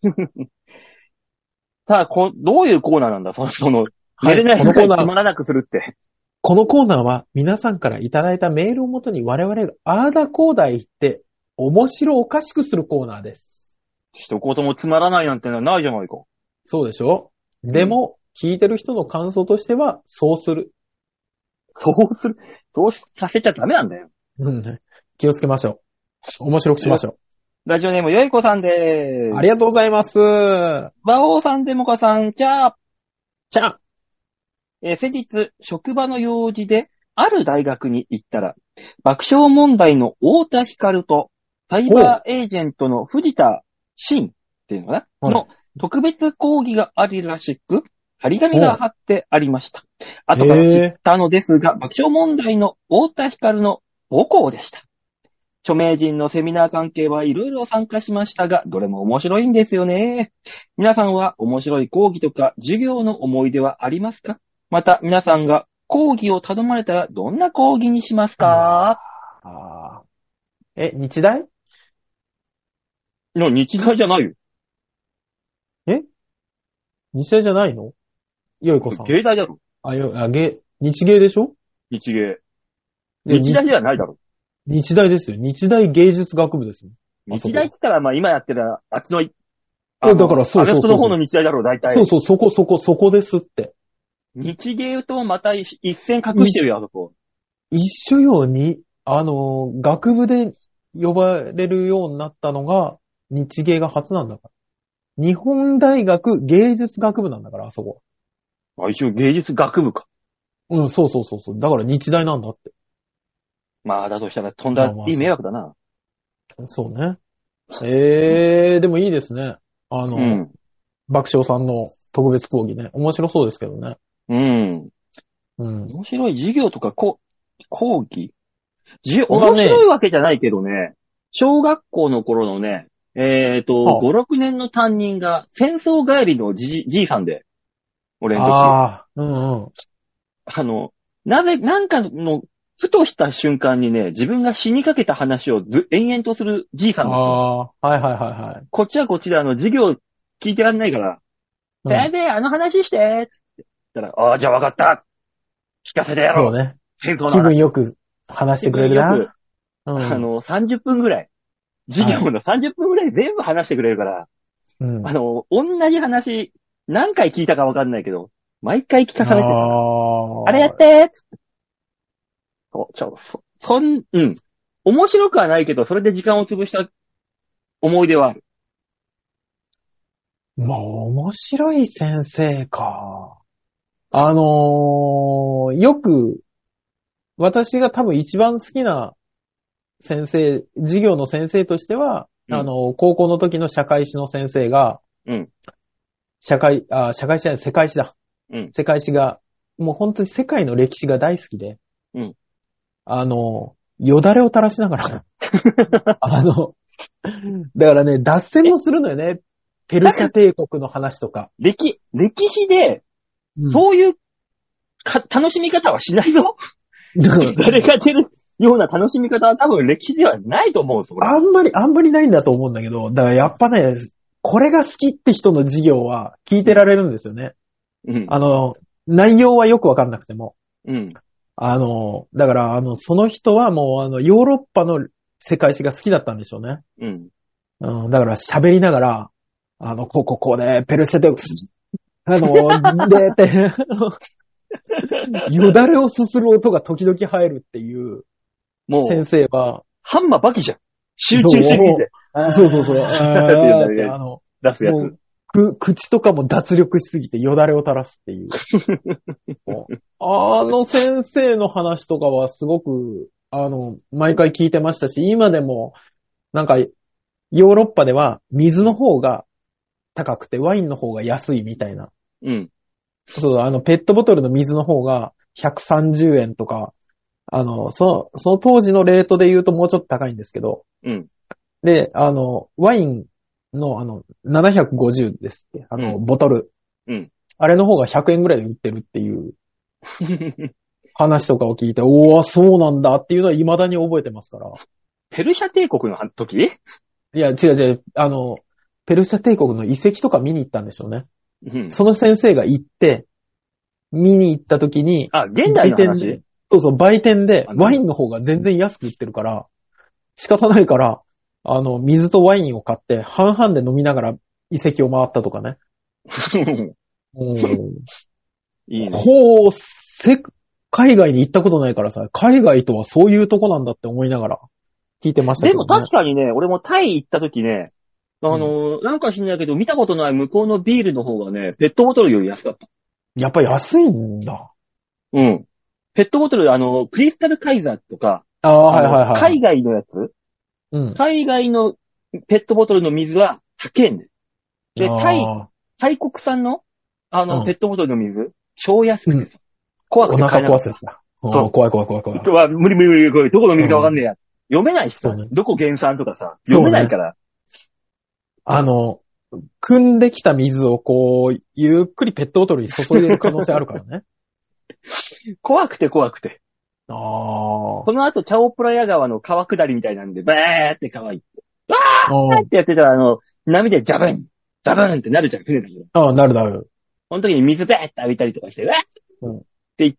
さあこ、どういうコーナーなんだその、その、寝れないぐらいつまらなくするって。 このコーナーは、皆さんからいただいたメールをもとに我々があーだこーだ言って、面白おかしくするコーナーです。 一言もつまらないなんてのはないじゃないか。 そうでしょ？でも、うん、聞いてる人の感想としては、そうする。 そうする。そうさせちゃダメなんだよ。 うん、ね。気をつけましょう。面白くしましょう。 ラジオネームよいこさんでーす。 ありがとうございます。 バオーさん、デモカさん、チャー。 チャー。 えー、先日、職場の用事で、ある大学に行ったら、爆笑問題の太田光と、サイバーエージェントの藤田真っていうのかな、の特別講義があるらしく、張り紙が貼ってありました。後から知ったのですが、爆笑問題の太田光の母校でした。著名人のセミナー関係はいろいろ参加しましたが、どれも面白いんですよね。皆さんは面白い講義とか授業の思い出はありますか？また皆さんが講義を頼まれたらどんな講義にしますか？ あえ、日大？ いや、日大じゃないよ。 え？日大じゃないの？よいこさん。 芸大だろ。 あ、よ、あ、芸、日芸でしょ？ 日芸。日大じゃないだろ。 日大ですよ。日大芸術学部ですよ。 日大って言ったら、まあ今やってる、あっちの、 あだからそうそうそう。 アメフトの方の日大だろう、大体。 そうそう、そこそこ、そこですって。 日芸とまた一線隠してるよ、あそこ。 一緒ように、あの、学部で呼ばれるようになったのが、日芸が初なんだから。日本大学芸術学部なんだから、あそこ。 あ、一応芸術学部か。 うん、そうそうそうそう。だから日大なんだって。 まあ、だとしたらとんだいい迷惑だな。 そうね。えー、でもいいですね。あの、うん、爆笑さんの特別講義ね。面白そうですけどね。 うん。うん。面白い授業とかこ講義授業、面白いわけじゃないけどね。小学校の頃のね、えっ、ー、と、はあ、ご、ろくねんの担任が戦争帰りのじじいさんで、俺の時。 ああ、うんうん。 あの、なぜ、なんかの、ふとした瞬間にね、自分が死にかけた話をず、延々とするじいさんだった。 ああ、はいはいはいはい。 こっちはこっちであの、授業聞いてらんないから、うん、先生、あの話してって言ったら、ああ、じゃあ分かった。聞かせてやろう。 そうね。 戦争の話。 気分よく話してくれるな。 うん、あの、さんじゅっぷんぐらい。授業のさんじゅっぷんぐらい全部話してくれるから、うん、あの、同じ話、何回聞いたか分かんないけど、毎回聞かされてる。あ, あれやってーそう、ちょ、そ、そん、うん。面白くはないけど、それで時間を潰した思い出はある。 まあ、面白い先生か。あのー、よく、私が多分一番好きな先生、授業の先生としては、うん、あの、高校の時の社会史の先生が、うん。社会、あ、社会史じゃない、世界史だ。うん。世界史がもう本当に世界の歴史が大好きで、 うん。 あの、よだれを垂らしながら、あの、だからね、脱線もするのよね。ペルシャ帝国の話とか。 歴、歴史で、 うん、 そういうか、楽しみ方はしないぞ。誰が出るような楽しみ方は多分歴史ではないと思うぞ、これ。 あんまり、あんまりないんだと思うんだけど、だからやっぱね、これが好きって人の授業は聞いてられるんですよね。 うん。 あの、内容はよくわかんなくても。 うん。 あの、だから、あの、その人はもう、あの、ヨーロッパの世界史が好きだったんでしょうね。 うん。 うん、だから喋りながら、あの、こうこうこうで、ペルシャ帝国、あの、で、って、よだれをすする音が時々入るっていう、 もう、 先生は、 ハンマーバキじゃん。集中しすぎて。 そうそうそう。あーってあの、 出すやもうつ。 く、口とかも脱力しすぎてよだれを垂らすっていう。あの先生の話とかはすごく、あの、毎回聞いてましたし、今でも、なんか、ヨーロッパでは水の方が高くてワインの方が安いみたいな。 うん。 そう、あの、ペットボトルの水の方がひゃくさんじゅうえんとか、あの、その、その当時のレートで言うともうちょっと高いんですけど。 うん。 で、あの、ワインの、あの、ななひゃくごじゅうですって、あの、 うん、 ボトル。 うん。 あれの方がひゃくえんぐらいで売ってるっていう話とかを聞いて、おー、そうなんだっていうのは未だに覚えてますから。 ペルシャ帝国の時？ いや、違う違う、あの、ペルシャ帝国の遺跡とか見に行ったんでしょうね。 うん。 その先生が行って、見に行った時に、 あ、現代の話？ そうそう、売店でワインの方が全然安く売ってるから、仕方ないから、あの、水とワインを買って、半々で飲みながら遺跡を回ったとかね。うん、 いいね。 こう、せ、海外に行ったことないからさ、海外とはそういうとこなんだって思いながら聞いてましたけどね。 でも確かにね、俺もタイ行った時ね、あの、うん、なんか知んないけど、見たことない向こうのビールの方がね、ペットボトルより安かった。 やっぱ安いんだ。 うん。ペットボトル、あの、クリスタルカイザーとか、 ああ、はいはいはい。 海外のやつ、 うん、 海外のペットボトルの水は高いんで。で、タイ、タイ国産の、あの、うん、ペットボトルの水、超安くてさ。うん、怖くて買えなかった。 お腹壊すやつだ。そう。怖い怖い怖い怖い。 うわ、無理無理無理無理。どこの水かわかんねえや。うん、読めない人、ね、どこ原産とかさ、読めないから。 ね、あの、汲んできた水をこう、ゆっくりペットボトルに注いでる可能性あるからね。 怖くて怖くて。 ああ。 この後、チャオプラヤ川の川下りみたいなんで、バーって川行って。わーってやってたら、あの、波でジャブンザブンってなるじゃん、船だけど。 ああ、なるなる。 その時に水ベーって浴びたりとかして、うわー、うん、って言って、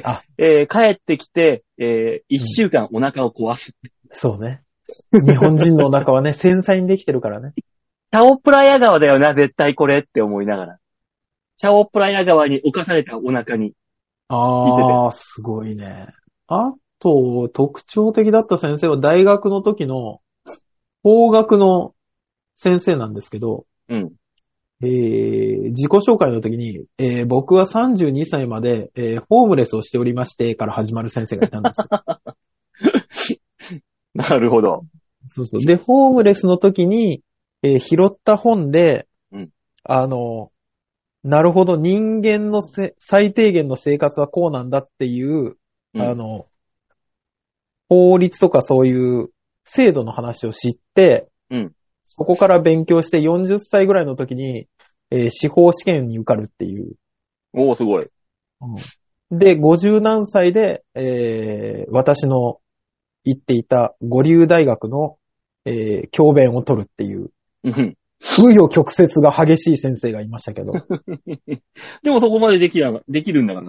えー、帰ってきて、えー、一週間お腹を壊す、うん。 そうね。日本人のお腹はね、繊細にできてるからね。 チャオプラヤ川だよな、絶対これって思いながら。チャオプラヤ川に侵されたお腹に。 ああ、すごいね。あと、特徴的だった先生は大学の時の法学の先生なんですけど、 うん。 えー、自己紹介の時に、えー、僕はさんじゅうにさいまで、えー、ホームレスをしておりましてから始まる先生がいたんですよ。 なるほど。 そうそう。で、ホームレスの時に、えー、拾った本で、 うん、 あの、なるほど、人間のせ最低限の生活はこうなんだっていう、うん、あの、法律とかそういう制度の話を知って、 うん、 そこから勉強してよんじゅっさいぐらいの時に、えー、司法試験に受かるっていう。 おー、すごい。 うん、で、ごじゅうなんさいで、えー、私の行っていた五流大学の、えー、教鞭を取るっていう。 紆余曲折が激しい先生がいましたけど。 でもそこまでできや、できるんだから。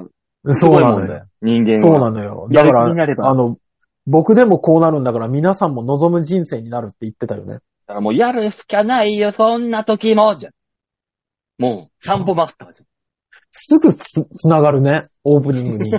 そうなんだよ。 人間は。 そうなのよ。だから、あの、僕でもこうなるんだから皆さんも望む人生になるって言ってたよね。 だからもうやるしかないよ、そんな時も。じゃもう、散歩マスターじゃん。 すぐつ、つながるね、オープニングに。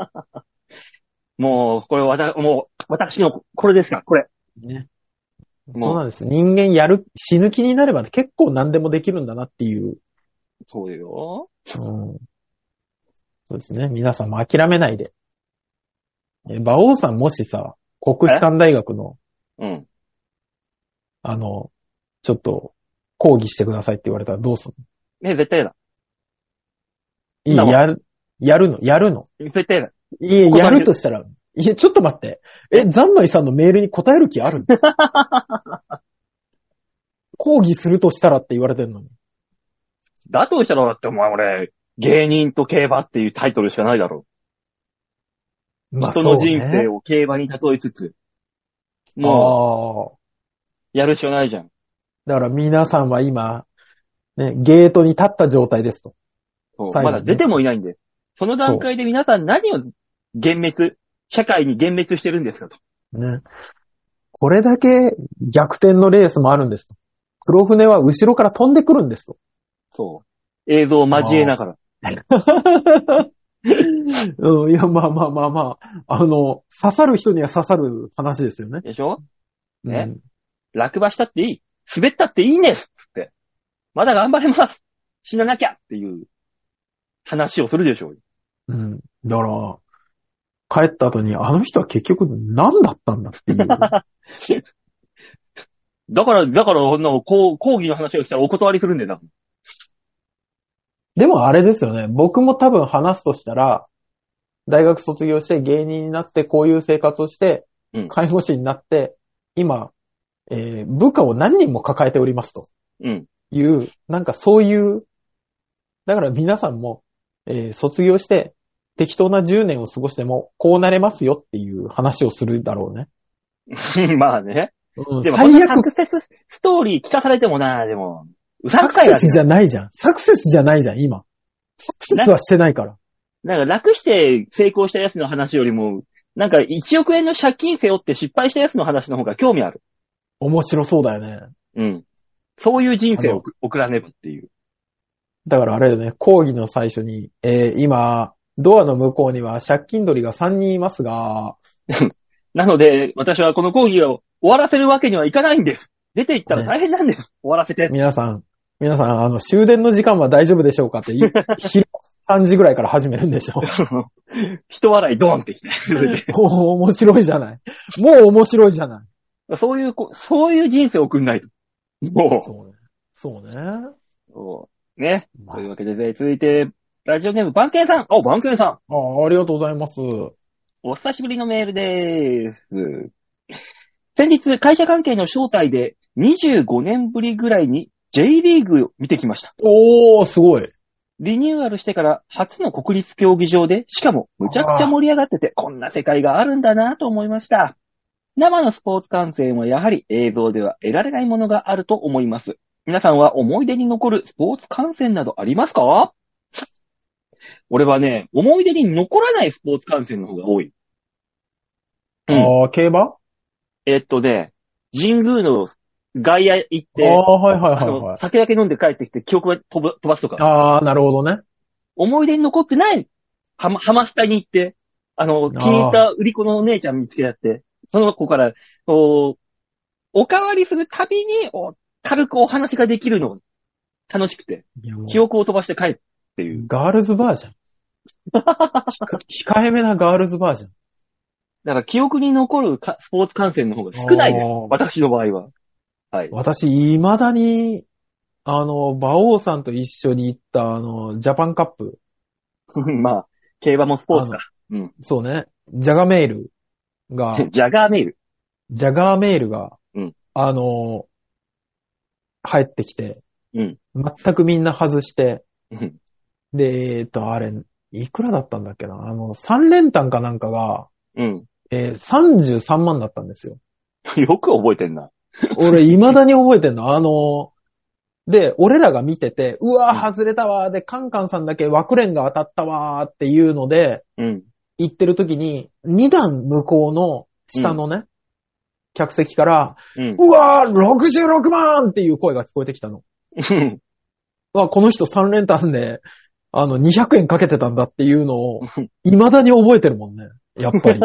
もう、これわた、もう、私の、これですか、これ。 ね。そうなんです。人間やる、死ぬ気になれば結構何でもできるんだなっていう。 そうよ。 うん。そうですね。皆さんも諦めないで。え、馬王さんもしさ、国士舘大学の、 うん。 あの、ちょっと、講義してくださいって言われたらどうするの？ ね、絶対だ。 いい、やる、 やるの、やるの。 絶対やる。 いや、やるとしたら、いや、ちょっと待って。え、ザンマイさんのメールに答える気ある抗議するとしたらって言われてんのに。 だとしたら、だってお前俺、芸人と競馬っていうタイトルしかないだろう。 まあ、 人の人そうね。 生を競馬に例えつつ、もああ。 う、やるしかないじゃん。 だから皆さんは今、ね、ゲートに立った状態ですと。 そう最後にねまだ出てもいないんです。その段階で皆さん何を幻滅、社会に幻滅してるんですかと。 ね。これだけ逆転のレースもあるんですと。黒船は後ろから飛んでくるんですと。 そう。映像を交えながら。 うん、いや、まあまあまあまあ、あの、刺さる人には刺さる話ですよね。 でしょね。 うん、 落馬したっていい。滑ったっていいんですって。まだ頑張れます。死ななきゃっていう話をするでしょう。 うん。だから、帰った後に、あの人は結局何だったんだっていう。 だから、だから、こんな講義の話が来たらお断りするんだよな。 でもあれですよね。僕も多分話すとしたら、大学卒業して芸人になってこういう生活をして、 うん介護士になって、今、えー部下を何人も抱えておりますとうん。 いう、なんかそういう、だから皆さんも、えー卒業して適当なじゅうねんを過ごしてもこうなれますよっていう話をするだろうね。 まあね。 うん、 でも、こ最悪んなサク、セスストーリー聞かされてもな、でも、うさサんくさいわけクセスじゃないじゃん。サクセスじゃないじゃん、今。サクセスはしてないから。 なんか楽して成功したやつの話よりも、なんかいちおくえんの借金背負って失敗したやつの話の方が興味ある。 面白そうだよね。 うん。そういう人生を送送らねばっていう。 だからあれだね、講義の最初に、えー今、ドアの向こうには借金取りがさんにんいますが、 なので、私はこの講義を終わらせるわけにはいかないんです。出て行ったら大変なんです。終わらせて。 皆さん、皆さん、あの、終電の時間は大丈夫でしょうかって言う、昼さんじぐらいから始めるんでしょ。 人笑いドーンってきて。 お面白いじゃない。もう面白いじゃない。 そういうこ、そういう人生を送んないと。もう。 そうね。そうね。 そうね。というわけで、続いて、ラジオネーム、バンケンさん。お、バンケンさん。 あありがとうございます。 お久しぶりのメールでーす。先日、会社関係の招待でにじゅうごねんぶりぐらいに J リーグを見てきました。 おー、すごい。 リニューアルしてから初の国立競技場で、しかもむちゃくちゃ盛り上がってて、こんな世界があるんだなと思いました。生のスポーツ観戦はやはり映像では得られないものがあると思います。皆さんは思い出に残るスポーツ観戦などありますか？俺はね、思い出に残らないスポーツ観戦の方が多い。うん。 ああ、競馬えっとね、神宮の外野行って、 ああ、はいはいあのはいはい。 酒だけ飲んで帰ってきて記憶が飛ぶ飛ばすとか、 ああ、なるほどね。 思い出に残ってない。ハマ、ハマスタに行って、あの、気に入った売り子のお姉ちゃん見つけやって、その子から、こう、おかわりするたびに、お軽くお話ができるの、楽しくて、 いやもう記憶を飛ばして帰るっていう。 ガールズバーじゃん。控えめなガールズバーじゃん。 だから記憶に残るかスポーツ観戦の方が少ないです。 あー私の場合は。はい。 私、未だに、あの、馬王さんと一緒に行った、あの、ジャパンカップ。 まあ、競馬もスポーツだ。うん。 そうね。ジャガメールが、 ジャガーメール。 ジャガーメールが、 うんあの、入ってきて、 うん。 全くみんな外して、 うんで、えっと、あれ、いくらだったんだっけな。あの、さん連単かなんかが、 うん。 えー、さんじゅうさんまんだったんですよ。 よく覚えてんな。 俺、未だに覚えてんの。あの、で、俺らが見てて、うわー、外れたわー、で、カンカンさんだけ枠連が当たったわーっていうので、 うん。 言ってる時に、に段向こうの下のね、客席から、 うん。 うわー、ろくじゅうろくまんっていう声が聞こえてきたの。 うん。 うわ、この人さん連単で、あの、にひゃくえんかけてたんだっていうのを、未だに覚えてるもんね。やっぱり。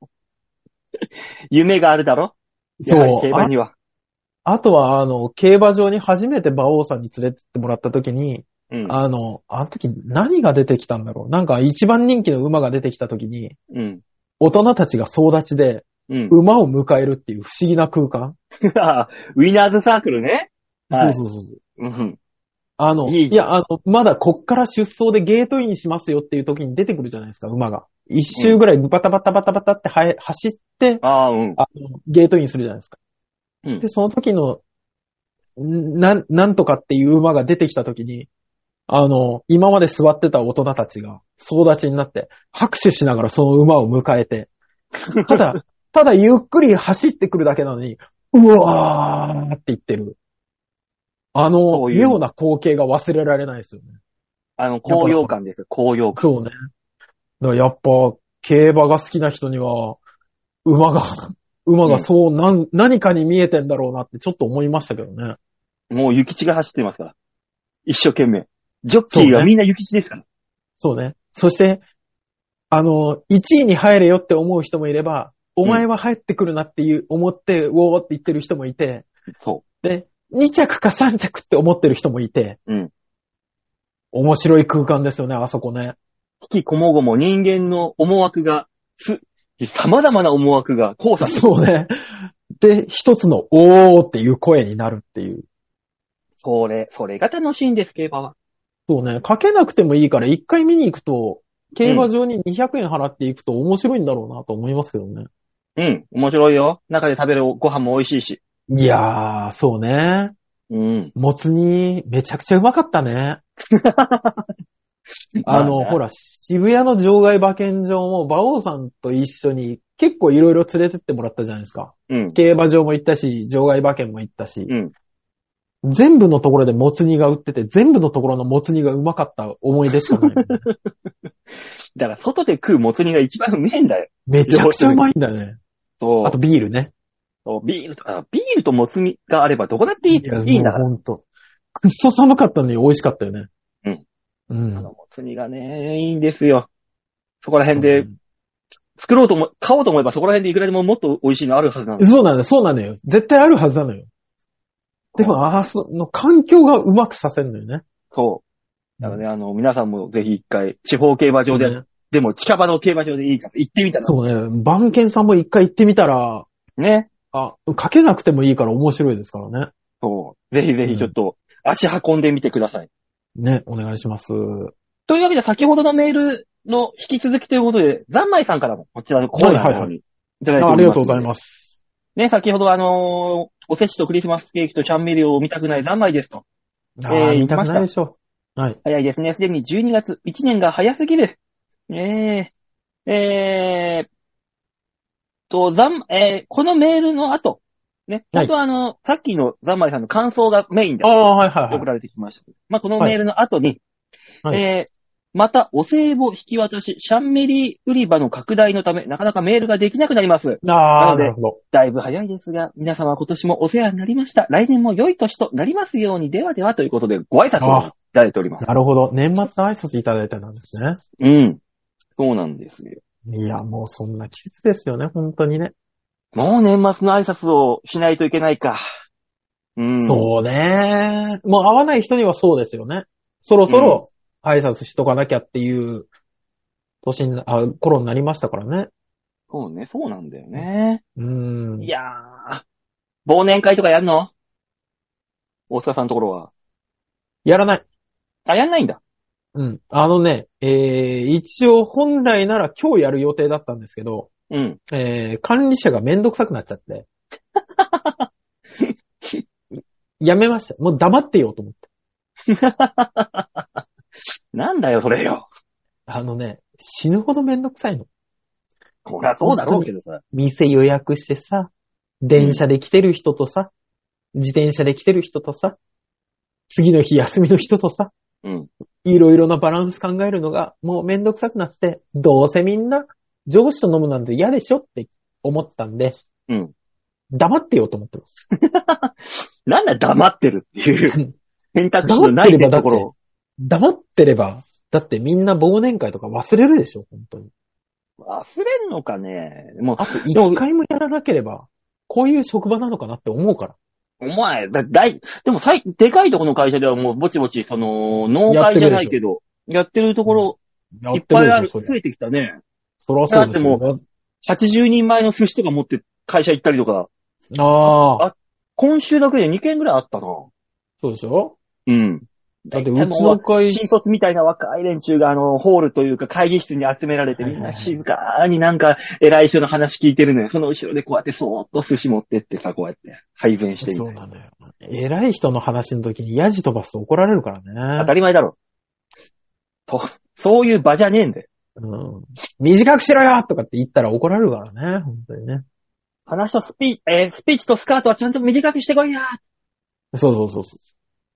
夢があるだろ？ そうやはり競馬には。 あとは、あの、競馬場に初めて馬王さんに連れてってもらった時に、 うん。 あの、あの時何が出てきたんだろう。なんか一番人気の馬が出てきた時に、 うん。 大人たちが総立ちで、 うん。 馬を迎えるっていう不思議な空間。 ウィナーズサークルね。はいそうそうそうそう。 うん。 あの、 いいいや、あの、まだこっから出走でゲートインしますよっていう時に出てくるじゃないですか、馬が。一周ぐらいバタバタバタバタってはえ走って、 ああ、うん。 あの、ゲートインするじゃないですか。 うんで、その時の、なん、なんとかっていう馬が出てきた時に、あの、今まで座ってた大人たちが総立ちになって拍手しながらその馬を迎えて、ただ、ただゆっくり走ってくるだけなのに、うわーって言ってる。あその、 ういう妙な光景が忘れられないですよね。 あの、高揚感ですよ、高揚感。 そうね。だからやっぱ、競馬が好きな人には、馬が、馬がそう、なん、何かに見えてんだろうなってちょっと思いましたけどね。 もう諭吉が走ってますから。一生懸命。ジョッキーがみんな諭吉ですから。 そうね。そして、あの、いちいに入れよって思う人もいれば、お前は入ってくるなっていう、思って、ウォーって言ってる人もいて、 そで、に着かさん着って思ってる人もいて、 う。うん。 面白い空間ですよね、あそこね。 引きこもごも人間の思惑が、す、様々な思惑が交差する。 そうね。で、一つの、おーっていう声になるっていう。 それ、それが楽しいんです、競馬は。 そうね。かけなくてもいいから、一回見に行くと、競馬場ににひゃくえん払っていくと面白いんだろうなと思いますけどね。 うん、面白いよ。中で食べるご飯も美味しいし。 いやー、そうね。 うん。 もつ煮、めちゃくちゃうまかったね。あの、 まあねほら、渋谷の場外馬券場も、馬王さんと一緒に結構いろいろ連れてってもらったじゃないですか。 うん。 競馬場も行ったし、場外馬券も行ったし、 うん。 全部のところでもつ煮が売ってて、全部のところのもつ煮がうまかった思い出しかない、ね。 だから、外で食うもつ煮が一番うめえんだよ。 めちゃくちゃうまいんだよね。 そう。 あとビールね。 そうビールとか、ビールともつ煮があればどこだっていい、いや、 いんだから。 もうほんと。くっそ寒かったのに美味しかったよね。 うん。 うん。 あの、もつ煮がね、いいんですよ。そこら辺で、作ろうとも、買おうと思えばそこら辺でいくらでももっと美味しいのあるはずなの。 そうなのよ、そうなのよ。絶対あるはずなのよ。でも、あその環境がうまくさせるのよね。 そう。だからね、あの、皆さんもぜひ一回、地方競馬場で、 ね、 でも近場の競馬場でいいから行ってみたら。 そうね。番犬さんも一回行ってみたら、 ね。 あ、かけなくてもいいから面白いですからね。 そう。ぜひぜひちょっと、足運んでみてください。 ね、お願いします。 というわけで、先ほどのメールの引き続きということで、ざんまいさんからもこちらのコーナーの方にいただいております、 ありがとうございます。 ね、先ほどあのー、おせちとクリスマスケーキとチャンメリを見たくないざんまいですと。 ああ、 えー見たくないでしょ。はい。 早いですね。すでにじゅうにがつ、いちねんが早すぎる。えー、えー、と、ざん、えー、このメールの後、ね、 はい本当はあの、さっきのざんまいさんの感想がメインでああ、はいはいはい。 送られてきました。まあ、このメールの後に、 はい、 えー、また、お歳暮引き渡し、シャンメリー売り場の拡大のため、なかなかメールができなくなります。 ああ、 なのでなるほど。 だいぶ早いですが、皆様今年もお世話になりました。来年も良い年となりますように、ではではということで、ご挨拶をいただいております。 なるほど。年末の挨拶いただいたんですね。 うん。そうなんですよ。 いや、もうそんな季節ですよね、本当にね。 もう年末の挨拶をしないといけないか。うん。 そうね。もう会わない人にはそうですよね。そろそろ挨拶しとかなきゃっていう年にな、あ、頃になりましたからね。 そうね、そうなんだよね。 うん。 いやー、忘年会とかやるの？大塚さんのところは。 やらない。 あ、やんないんだ。 うん。あのね、えー、一応本来なら今日やる予定だったんですけど、 うん。 えー、管理者がめんどくさくなっちゃって。やめました。もう黙ってよと思って。 なんだよ、それよ。 あのね、死ぬほどめんどくさいの。 ほら、そうだろうけどさ。 店予約してさ、電車で来てる人とさ、うん、自転車で来てる人とさ、次の日休みの人とさ、 うん。 いろいろなバランス考えるのがもうめんどくさくなって、どうせみんな上司と飲むなんて嫌でしょって思ったんで、 うん。 黙ってよと思ってます。 なんだ黙ってるっていう選択肢のないところ。 黙ってれば、だってみんな忘年会とか忘れるでしょ、本当に。 忘れんのかね。もう、 あと一回もやらなければ、こういう職場なのかなって思うから。 お前、だ、だい、でもさい、でかいところの会社ではもうぼちぼち、その、農会じゃないけど、やってるところ、いっぱいある、増えてきたね。 そらそうですよ。 だってもう、はちじゅうにんまえの寿司とか持って会社行ったりとか。 ああ。 あ、今週だけでにけんぐらいあったな。 そうでしょ？ うん。 だってうちの会、 新卒みたいな若い連中があの、ホールというか会議室に集められてみんな静かになんか偉い人の話聞いてるのよ。その後ろでこうやってそーっと寿司持ってってさ、こうやって配膳してみたいな。 そうなのよ。偉い人の話の時にヤジ飛ばすと怒られるからね。 当たり前だろ。と、そういう場じゃねえんだよ。 うん。短くしろよとかって言ったら怒られるからね。本当にね。 話とスピーチ、えー、スピーチとスカートはちゃんと短くしてこいや。 そうそうそうそう。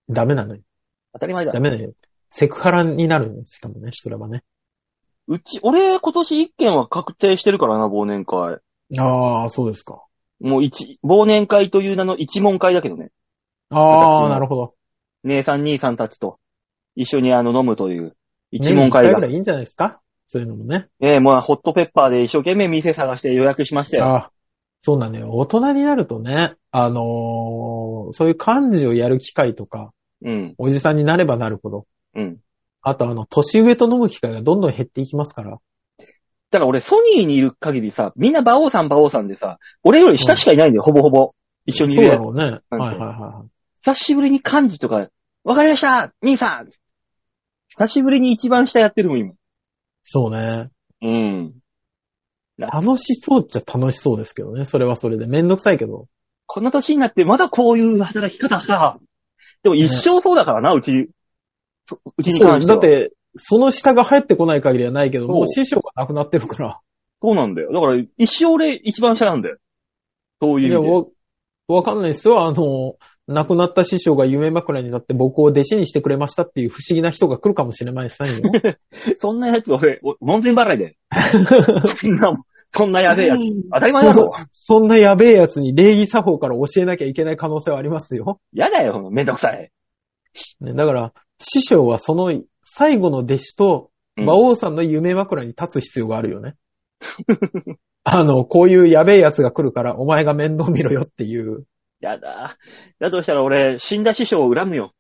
ダメなのよ。 当たり前だ。 ダメだよ。セクハラになるんですかもね、それはね。 うち、俺今年一件は確定してるからな、忘年会。 ああ、そうですか。 もう一、忘年会という名の一問会だけどね。 ああ、なるほど。 姉さん兄さんたちと一緒にあの飲むという一問会が。年にいっかいぐらいいいんじゃないですか？そういうのもね。 ええー、もうホットペッパーで一生懸命店探して予約しましたよ。 ああ、そうなんだよ。大人になるとね、あのー、そういう幹事をやる機会とか、 うん。 おじさんになればなるほど。 うん。 あとあの、年上と飲む機会がどんどん減っていきますから。 だから俺ソニーにいる限りさ、みんな馬王さん馬王さんでさ、俺より下しかいないんだよ、うん、ほぼほぼ。一緒にいる。 そうだろうね。はいはいはい。 久しぶりに幹事とか、わかりました兄さん久しぶりに一番下やってるもん、今。 そうね。 うん。 楽しそうっちゃ楽しそうですけどね。それはそれで。めんどくさいけど。 この年になってまだこういう働き方さ。でも一生そうだからな、ね、うち。うちに関しては。 そう、だって、その下が入ってこない限りはないけど、もう師匠が亡くなってるから。 そうなんだよ。だから、一生俺一番下なんだよ。そういう意味で。 いや、わ、わかんないですよ。あの、亡くなった師匠が夢枕になって僕を弟子にしてくれましたっていう不思議な人が来るかもしれないですね。 そんなやつ俺、門前払いで。そんな、そんなやべえやつ。当たり前だろ。 そ。そんなやべえやつに礼儀作法から教えなきゃいけない可能性はありますよ。 やだよ、めんどくさい。 ね、だから、師匠はその最後の弟子と、馬王さんの夢枕に立つ必要があるよね。あの、こういうやべえやつが来るから、お前が面倒見ろよっていう。 やだ。だとしたら俺、死んだ師匠を恨むよ。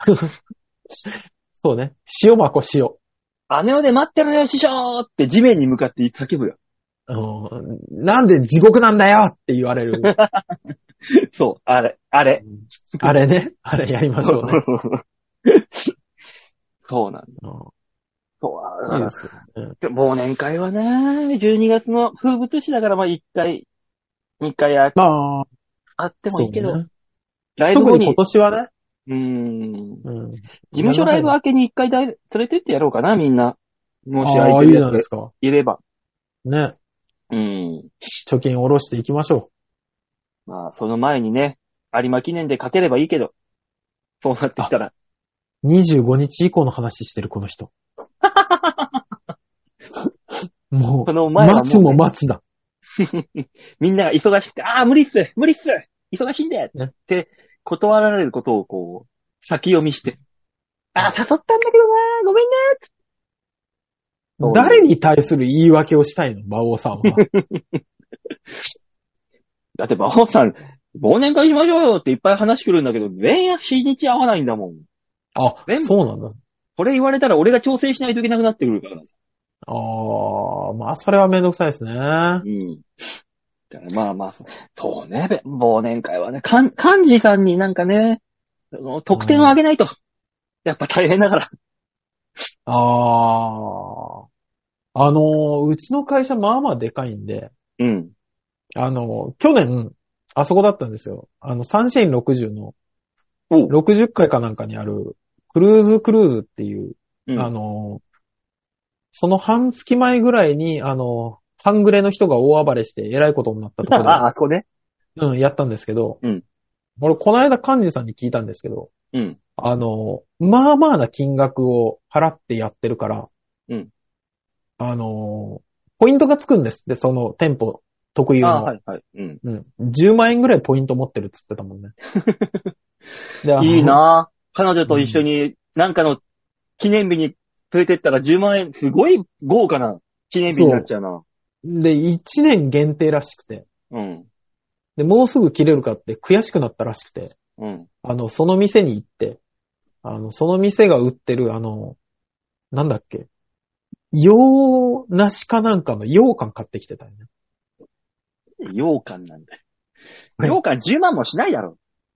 そうね。塩まこ塩。 あの世で待ってろよ、師匠って地面に向かって叫ぶよ。 うん、なんで地獄なんだよって言われる。 そう、あれ、あれ。 あれね。あれやりましょうね。 そうなんだ。 うん、 そういいですけどね。 忘年会はね、じゅうにがつの風物詩だからまあ一回、二回あ、 まあ、 あってもいいけど、 ね、 ライブ後に。 特に今年はね。 うーん。うん。事務所ライブ明けに一回だい連れてってやろうかな、みんな。もし相手いいじゃないですか。 いれば。 ね。 うん。 貯金下ろしていきましょう。まあ、その前にね、有馬記念で勝てればいいけど、そうなってきたら。 にじゅうごにち以降の話してる、この人。もう、その前はもうね、待つも待つだ。 みんなが忙しくて、ああ、無理っす無理っす忙しいんだよ、ね、って断られることをこう、先読みして。ああ、誘ったんだけどなごめんね誰に対する言い訳をしたいの馬王さんは。 だって馬王さん、忘年会しましょうよっていっぱい話来るんだけど、全員日にち合わないんだもん。 あ、そうなんだ。 これ言われたら俺が調整しないといけなくなってくるから。 ああ、まあ、それはめんどくさいですね。うん。 だからまあまあ、そうね、忘年会はね、かん、幹事さんになんかね、得点を上げないと。うん、やっぱ大変だから。 ああ。あのー、うちの会社まあまあでかいんで。 うん。 あのー、去年、あそこだったんですよ。あの、サンシャインろくじゅうの、ろくじゅっかいかなんかにある、クルーズクルーズっていう、うん、あのー、その半月前ぐらいに、あの、半グレの人が大暴れして偉いことになったところで。 あ、あそこね。 うん、やったんですけど。 うん。 俺、この間幹事さんに聞いたんですけど。 うん。 あの、まあまあな金額を払ってやってるから。 うん。 あの、ポイントがつくんですって、その店舗特有の。 あ、はいはい。うん。 うん。じゅうまんえんぐらいポイント持ってるって言ってたもんね。 いいなぁ。彼女と一緒になんかの記念日に連れてったらじゅうまんえん、すごい豪華な記念日になっちゃうな。 で、いちねん限定らしくて。 うん。 で、もうすぐ切れるかって悔しくなったらしくて。 うん。 あの、その店に行って、あの、その店が売ってる、あの、なんだっけ。洋梨かなんかの羊羹買ってきてたよね。 羊羹なんだよ。羊羹じゅうまんもしないだろ。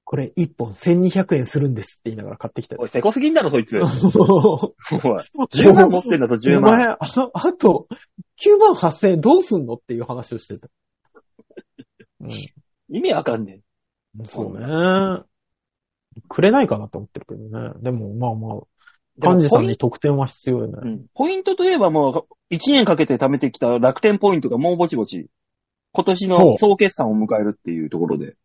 これいっぽんせんにひゃくえんするんですって言いながら買ってきたよ。 おい、せこすぎんだろ、そいつ。おい、じゅうまん持ってんだとじゅうまん。 お前、あ、あと、きゅうまんはっせんえんどうすんのっていう話をしてた。うん、 意味わかんねえ。そうね。くれないかなと思ってるけどね。でも、まあまあ、幹事さんに得点は必要よね。 うん。ポイントといえばもう、いちねんかけて貯めてきた楽天ポイントがもうぼちぼち、今年の総決算を迎えるっていうところで。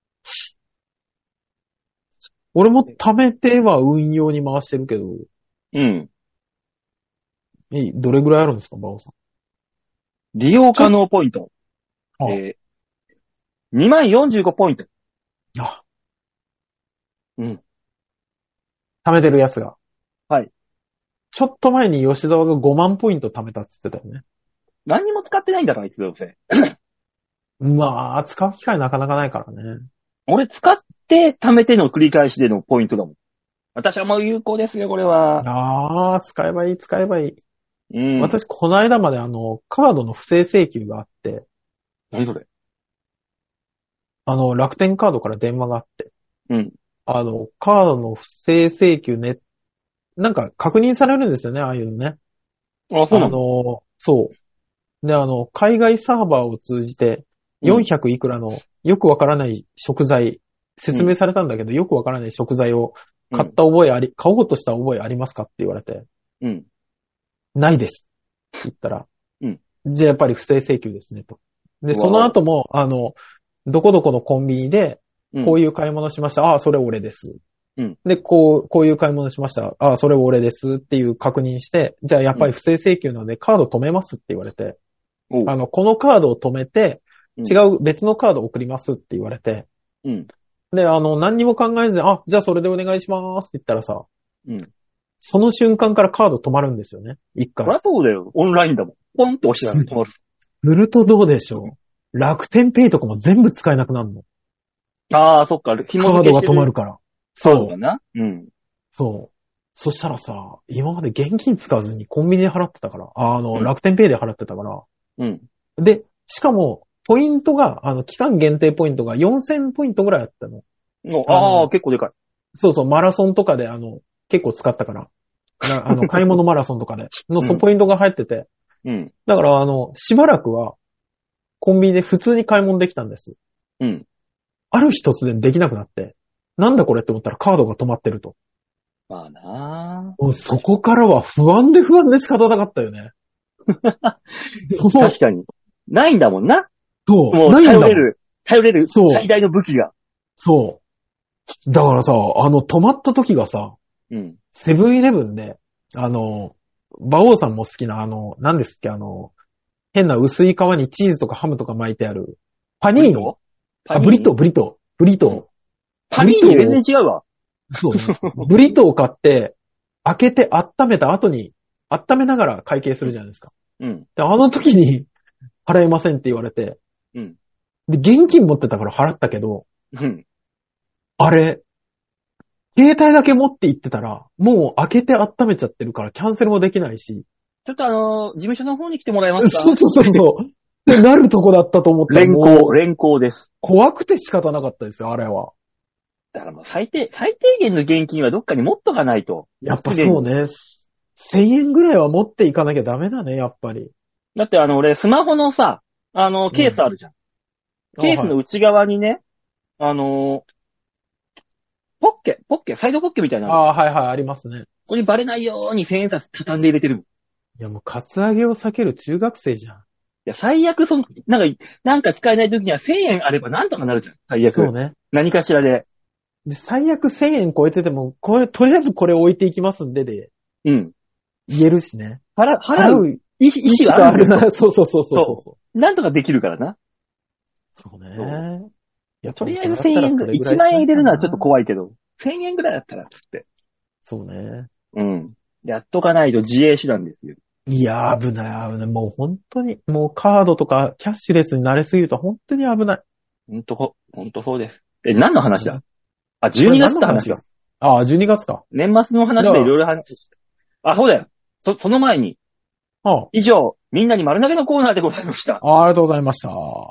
俺も貯めては運用に回してるけど。 うん。 え、どれぐらいあるんですか、バオさん。 利用可能ポイント。 あえー、にまんよんじゅうごポイント。 あ。 うん。 貯めてるやつが。 はい。 ちょっと前に吉沢がごまんポイント貯めたっつってたよね。 何にも使ってないんだろ、あいつどうせ。 まあ、使う機会なかなかないからね。 俺使って貯めての繰り返しでのポイントだもん。私はもう有効ですよ、これは。 ああ、使えばいい、使えばいい。 うん。 私、この間まであの、カードの不正請求があって、 何それ？ あの、楽天カードから電話があって、 うん。 あの、カードの不正請求ね、なんか確認されるんですよね、ああいうのね。 あ、そうなあの？ の、そう。で、あの、海外サーバーを通じて、よんひゃくいくらのよくわからない食材、説明されたんだけど、よくわからない食材を買った覚えあり、買おうとした覚えありますかって言われて、 うん。 ないですって言ったら、 うん。 じゃあやっぱり不正請求ですねと。で、 うわその後も、あの、どこどこのコンビニで、こういう買い物しました。ああ、それ俺です。 うん。 で、こう、こういう買い物しました。ああ、それ俺ですっていう確認して、じゃあやっぱり不正請求なのでカード止めますって言われて、 おうあの、このカードを止めて、 うん違う別のカードを送りますって言われて、 うん。 で、あの、何にも考えずに、あ、じゃあそれでお願いしますって言ったらさ、 うん。 その瞬間からカード止まるんですよね。一回そり。ゃそうだよ。オンラインだもん。ポンって押したら止まる。 するとどうでしょう。楽天ペイとかも全部使えなくなるの。 ああ、そっか。 カードが止まるから。そうそうだ。な。うん。 そう。そしたらさ、今まで現金使わずにコンビニで払ってたから、あの、 うん楽天ペイで払ってたから。 うん。 で、しかも、ポイントが、あの、期間限定ポイントがよんせんポイントぐらいあったの。 のあのああ、結構でかい。 そうそう、マラソンとかで、あの、結構使ったから。なあの、買い物マラソンとかで、の、そう、ポイントが入ってて。 うん。 だから、あの、しばらくは、コンビニで普通に買い物できたんです。 うん。 ある日突然できなくなって、なんだこれって思ったらカードが止まってると。 まあなもうそこからは不安で不安で仕方なかったよね。 ー。確かに。ないんだもんな。 そう。 もうないんだもん頼れる、頼れるそう最大の武器が。 そう。だからさ、あの、止まった時がさ、 うん。 セブンイレブンで、あの、馬王さんも好きな、あの、何ですっけ、あの、変な薄い皮にチーズとかハムとか巻いてある、パニーニあ、ブリトー、ブリトー、ブリトー。 パニーニ全然違うわ。 そうね。ブリトーを買って、開けて温めた後に、温めながら会計するじゃないですか。 うん。 で、あの時に、払えませんって言われて、 うん。 で、現金持ってたから払ったけど、 うん。 あれ、携帯だけ持って行ってたら、もう開けて温めちゃってるからキャンセルもできないし。 ちょっとあのー、事務所の方に来てもらえますか？ そうそうそうそう。ってなるとこだったと思ったら連も行、 う連行です。 怖くて仕方なかったですよ、あれは。 だからもう最低、最低限の現金はどっかに持っとかないと。 やっぱそうね。せんえんぐらいは持っていかなきゃダメだね、やっぱり。 だってあの、俺、スマホのさ、あの、ケースあるじゃん。 うん、 ケースの内側にね、あのー、ポッケ、ポッケ、サイドポッケみたいなのある。 ああ、はいはい、ありますね。 ここにバレないように千円札畳んで入れてる。 いやもう、カツアゲを避ける中学生じゃん。 いや、最悪、その、なんか、なんか使えない時にはせんえんあればなんとかなるじゃん。最悪。 そうね。 何かしらで。 で、最悪せんえん超えてても、これ、とりあえずこれ置いていきますんでで、 うん。 言えるしね。 払、払う意意思、意思があるんだよ。 な。そうそうそうそうそう。 なんとかできるからな。 そうね。いやとりあえずせんえんぐらい、いちまん円入れるのはちょっと怖いけど、せんえんぐらいだったら、つって。 そうね。 うん。やっとかないと自衛手段ですよ。 いや、危ない危ない。もう本当に、もうカードとかキャッシュレスに慣れすぎると本当に危ない。 ほんとほ、ほんとそうです。え、何の話だ？あ、じゅうにがつって話だ。 ああ、じゅうにがつか。 年末の話でいろいろ話した。あ、そうだよ。そ、その前に。 ああ。 以上、みんなに丸投げのコーナーでございました。 あありがとうございました。 さ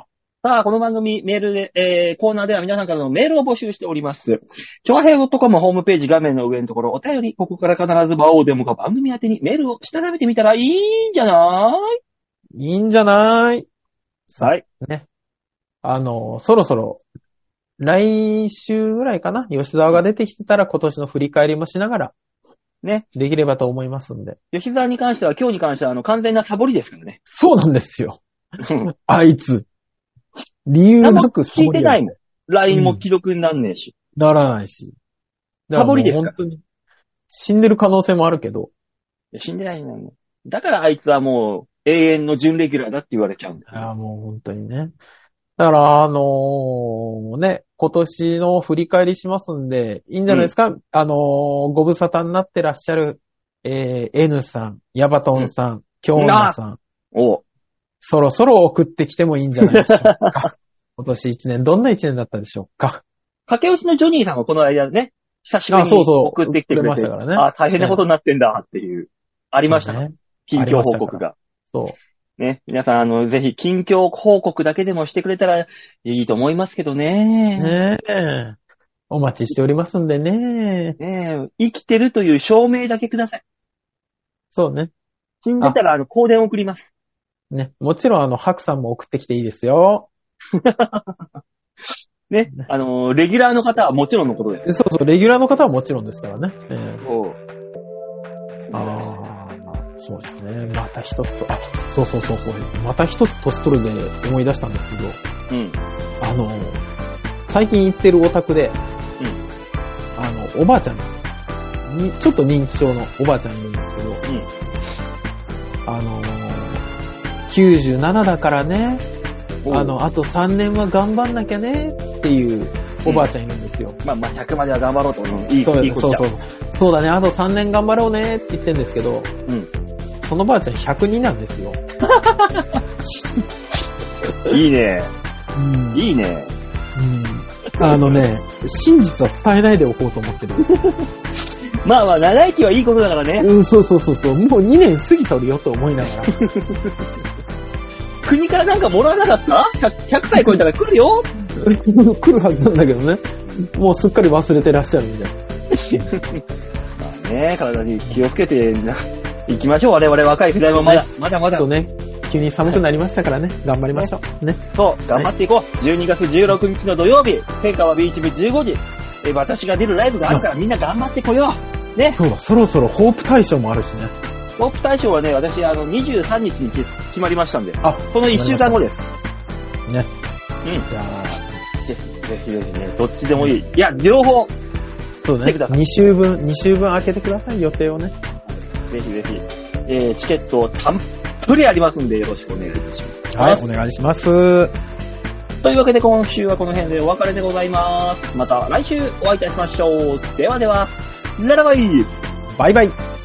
さあ、この番組、メールで、えー、コーナーでは皆さんからのメールを募集しております。ちょわへい .com ホームページ画面の上のところ、お便り、ここから必ず場をデモか番組宛てにメールをしたためてみたらいいんじゃないいいんじゃないはい。 ね。あの、そろそろ、来週ぐらいかな、吉沢が出てきてたら今年の振り返りもしながら、ね、できればと思いますんで。 吉沢に関しては、今日に関しては、あの、完全なサボりですからね。 そうなんですよ。あいつ。理由なくサボり。聞いてないもん。ライン も既読になんねえし。 うん、ならないし。 サボりですか本当に。死んでる可能性もあるけど。 いや死んでないんだよ。だからあいつはもう、永遠の準レギュラーだって言われちゃうんだよ。 いや、もう本当にね。だから、あのー、ね、今年の振り返りしますんで、いいんじゃないですか、うん、あのー、ご無沙汰になってらっしゃる、えー、N さん、ヤバトンさん、京女さん。 おそろそろ送ってきてもいいんじゃないでしょうか。今年一年、どんな一年だったでしょうか。 駆け落ちのジョニーさんがこの間ね、久しぶりに送ってきてくれて、あ、そうそう、ましたからね。あ、大変なことになってんだっていう、ね、ありましたね。近況報告が。 そう。 ね。皆さん、あの、ぜひ、近況報告だけでもしてくれたらいいと思いますけどね。 ねえ。お待ちしておりますんでね。 ねえ。生きてるという証明だけください。 そうね。 死んでたら、あの、香典を送ります。 ね。もちろん、あの、ハクさんも送ってきていいですよ。 ね。あの、レギュラーの方はもちろんのことです。 そうそう、レギュラーの方はもちろんですからね。えー、 そう。 ああ。そうですね。また一つと、あ、そうそうそうそう。また一つ年取るで思い出したんですけど。 うん。 あの、最近行ってるお宅で、 うん。 あの、おばあちゃんに、ちょっと認知症のおばあちゃんいるんですけど、うん。あの、きゅうじゅうななだからね、あの、あとさんねんは頑張んなきゃねっていうおばあちゃんいるんですよ。 うん、まあまあひゃくまでは頑張ろうと思う。いい、 そういいことだ。 そうそう。そうだね、あとさんねん頑張ろうねって言ってるんですけど、 うん。 そのばあちゃんひゃくになんですよ。 いいね。 うん、 いいね。 うん。あのね、真実は伝えないでおこうと思ってる。 まあまあ、長生きはいいことだからね。 うん、そうそうそうそう。もうにねん過ぎとるよと思いながら。 国からなんかもらわなかった 100, ひゃくさい超えたら来るよ来るはずなんだけどね。もうすっかり忘れてらっしゃるんで。 まあね、体に気をつけてな。行きましょう。我々若い世代もまだ、ね、まだまだ。 とね、急に寒くなりましたからね、頑張りましょう。ね。 そう、頑張っていこう。じゅうにがつじゅうろくにちの土曜日、天川ビーチ部じゅうごじ、え私が出るライブがあるからみんな頑張ってこよう。ね。 そうだ、そろそろホープ大賞もあるしね。 ホープ大賞はね、私、あの、にじゅうさんにちに決まりましたんで。あ、このいっしゅうかんごです。 ね。 うん。 じゃあ、 ですね。ぜひぜひね、どっちでもいい。いや、両方。 そうね。に週分、に週分開けてください、予定をね。 ぜひぜひ。えー、チケットをたっぷりありますんでよろしくお願いいたします。 はい、お願いします。 というわけで今週はこの辺でお別れでございます。また来週お会いいたしましょう。ではでは、ララバイ。 バイバイ。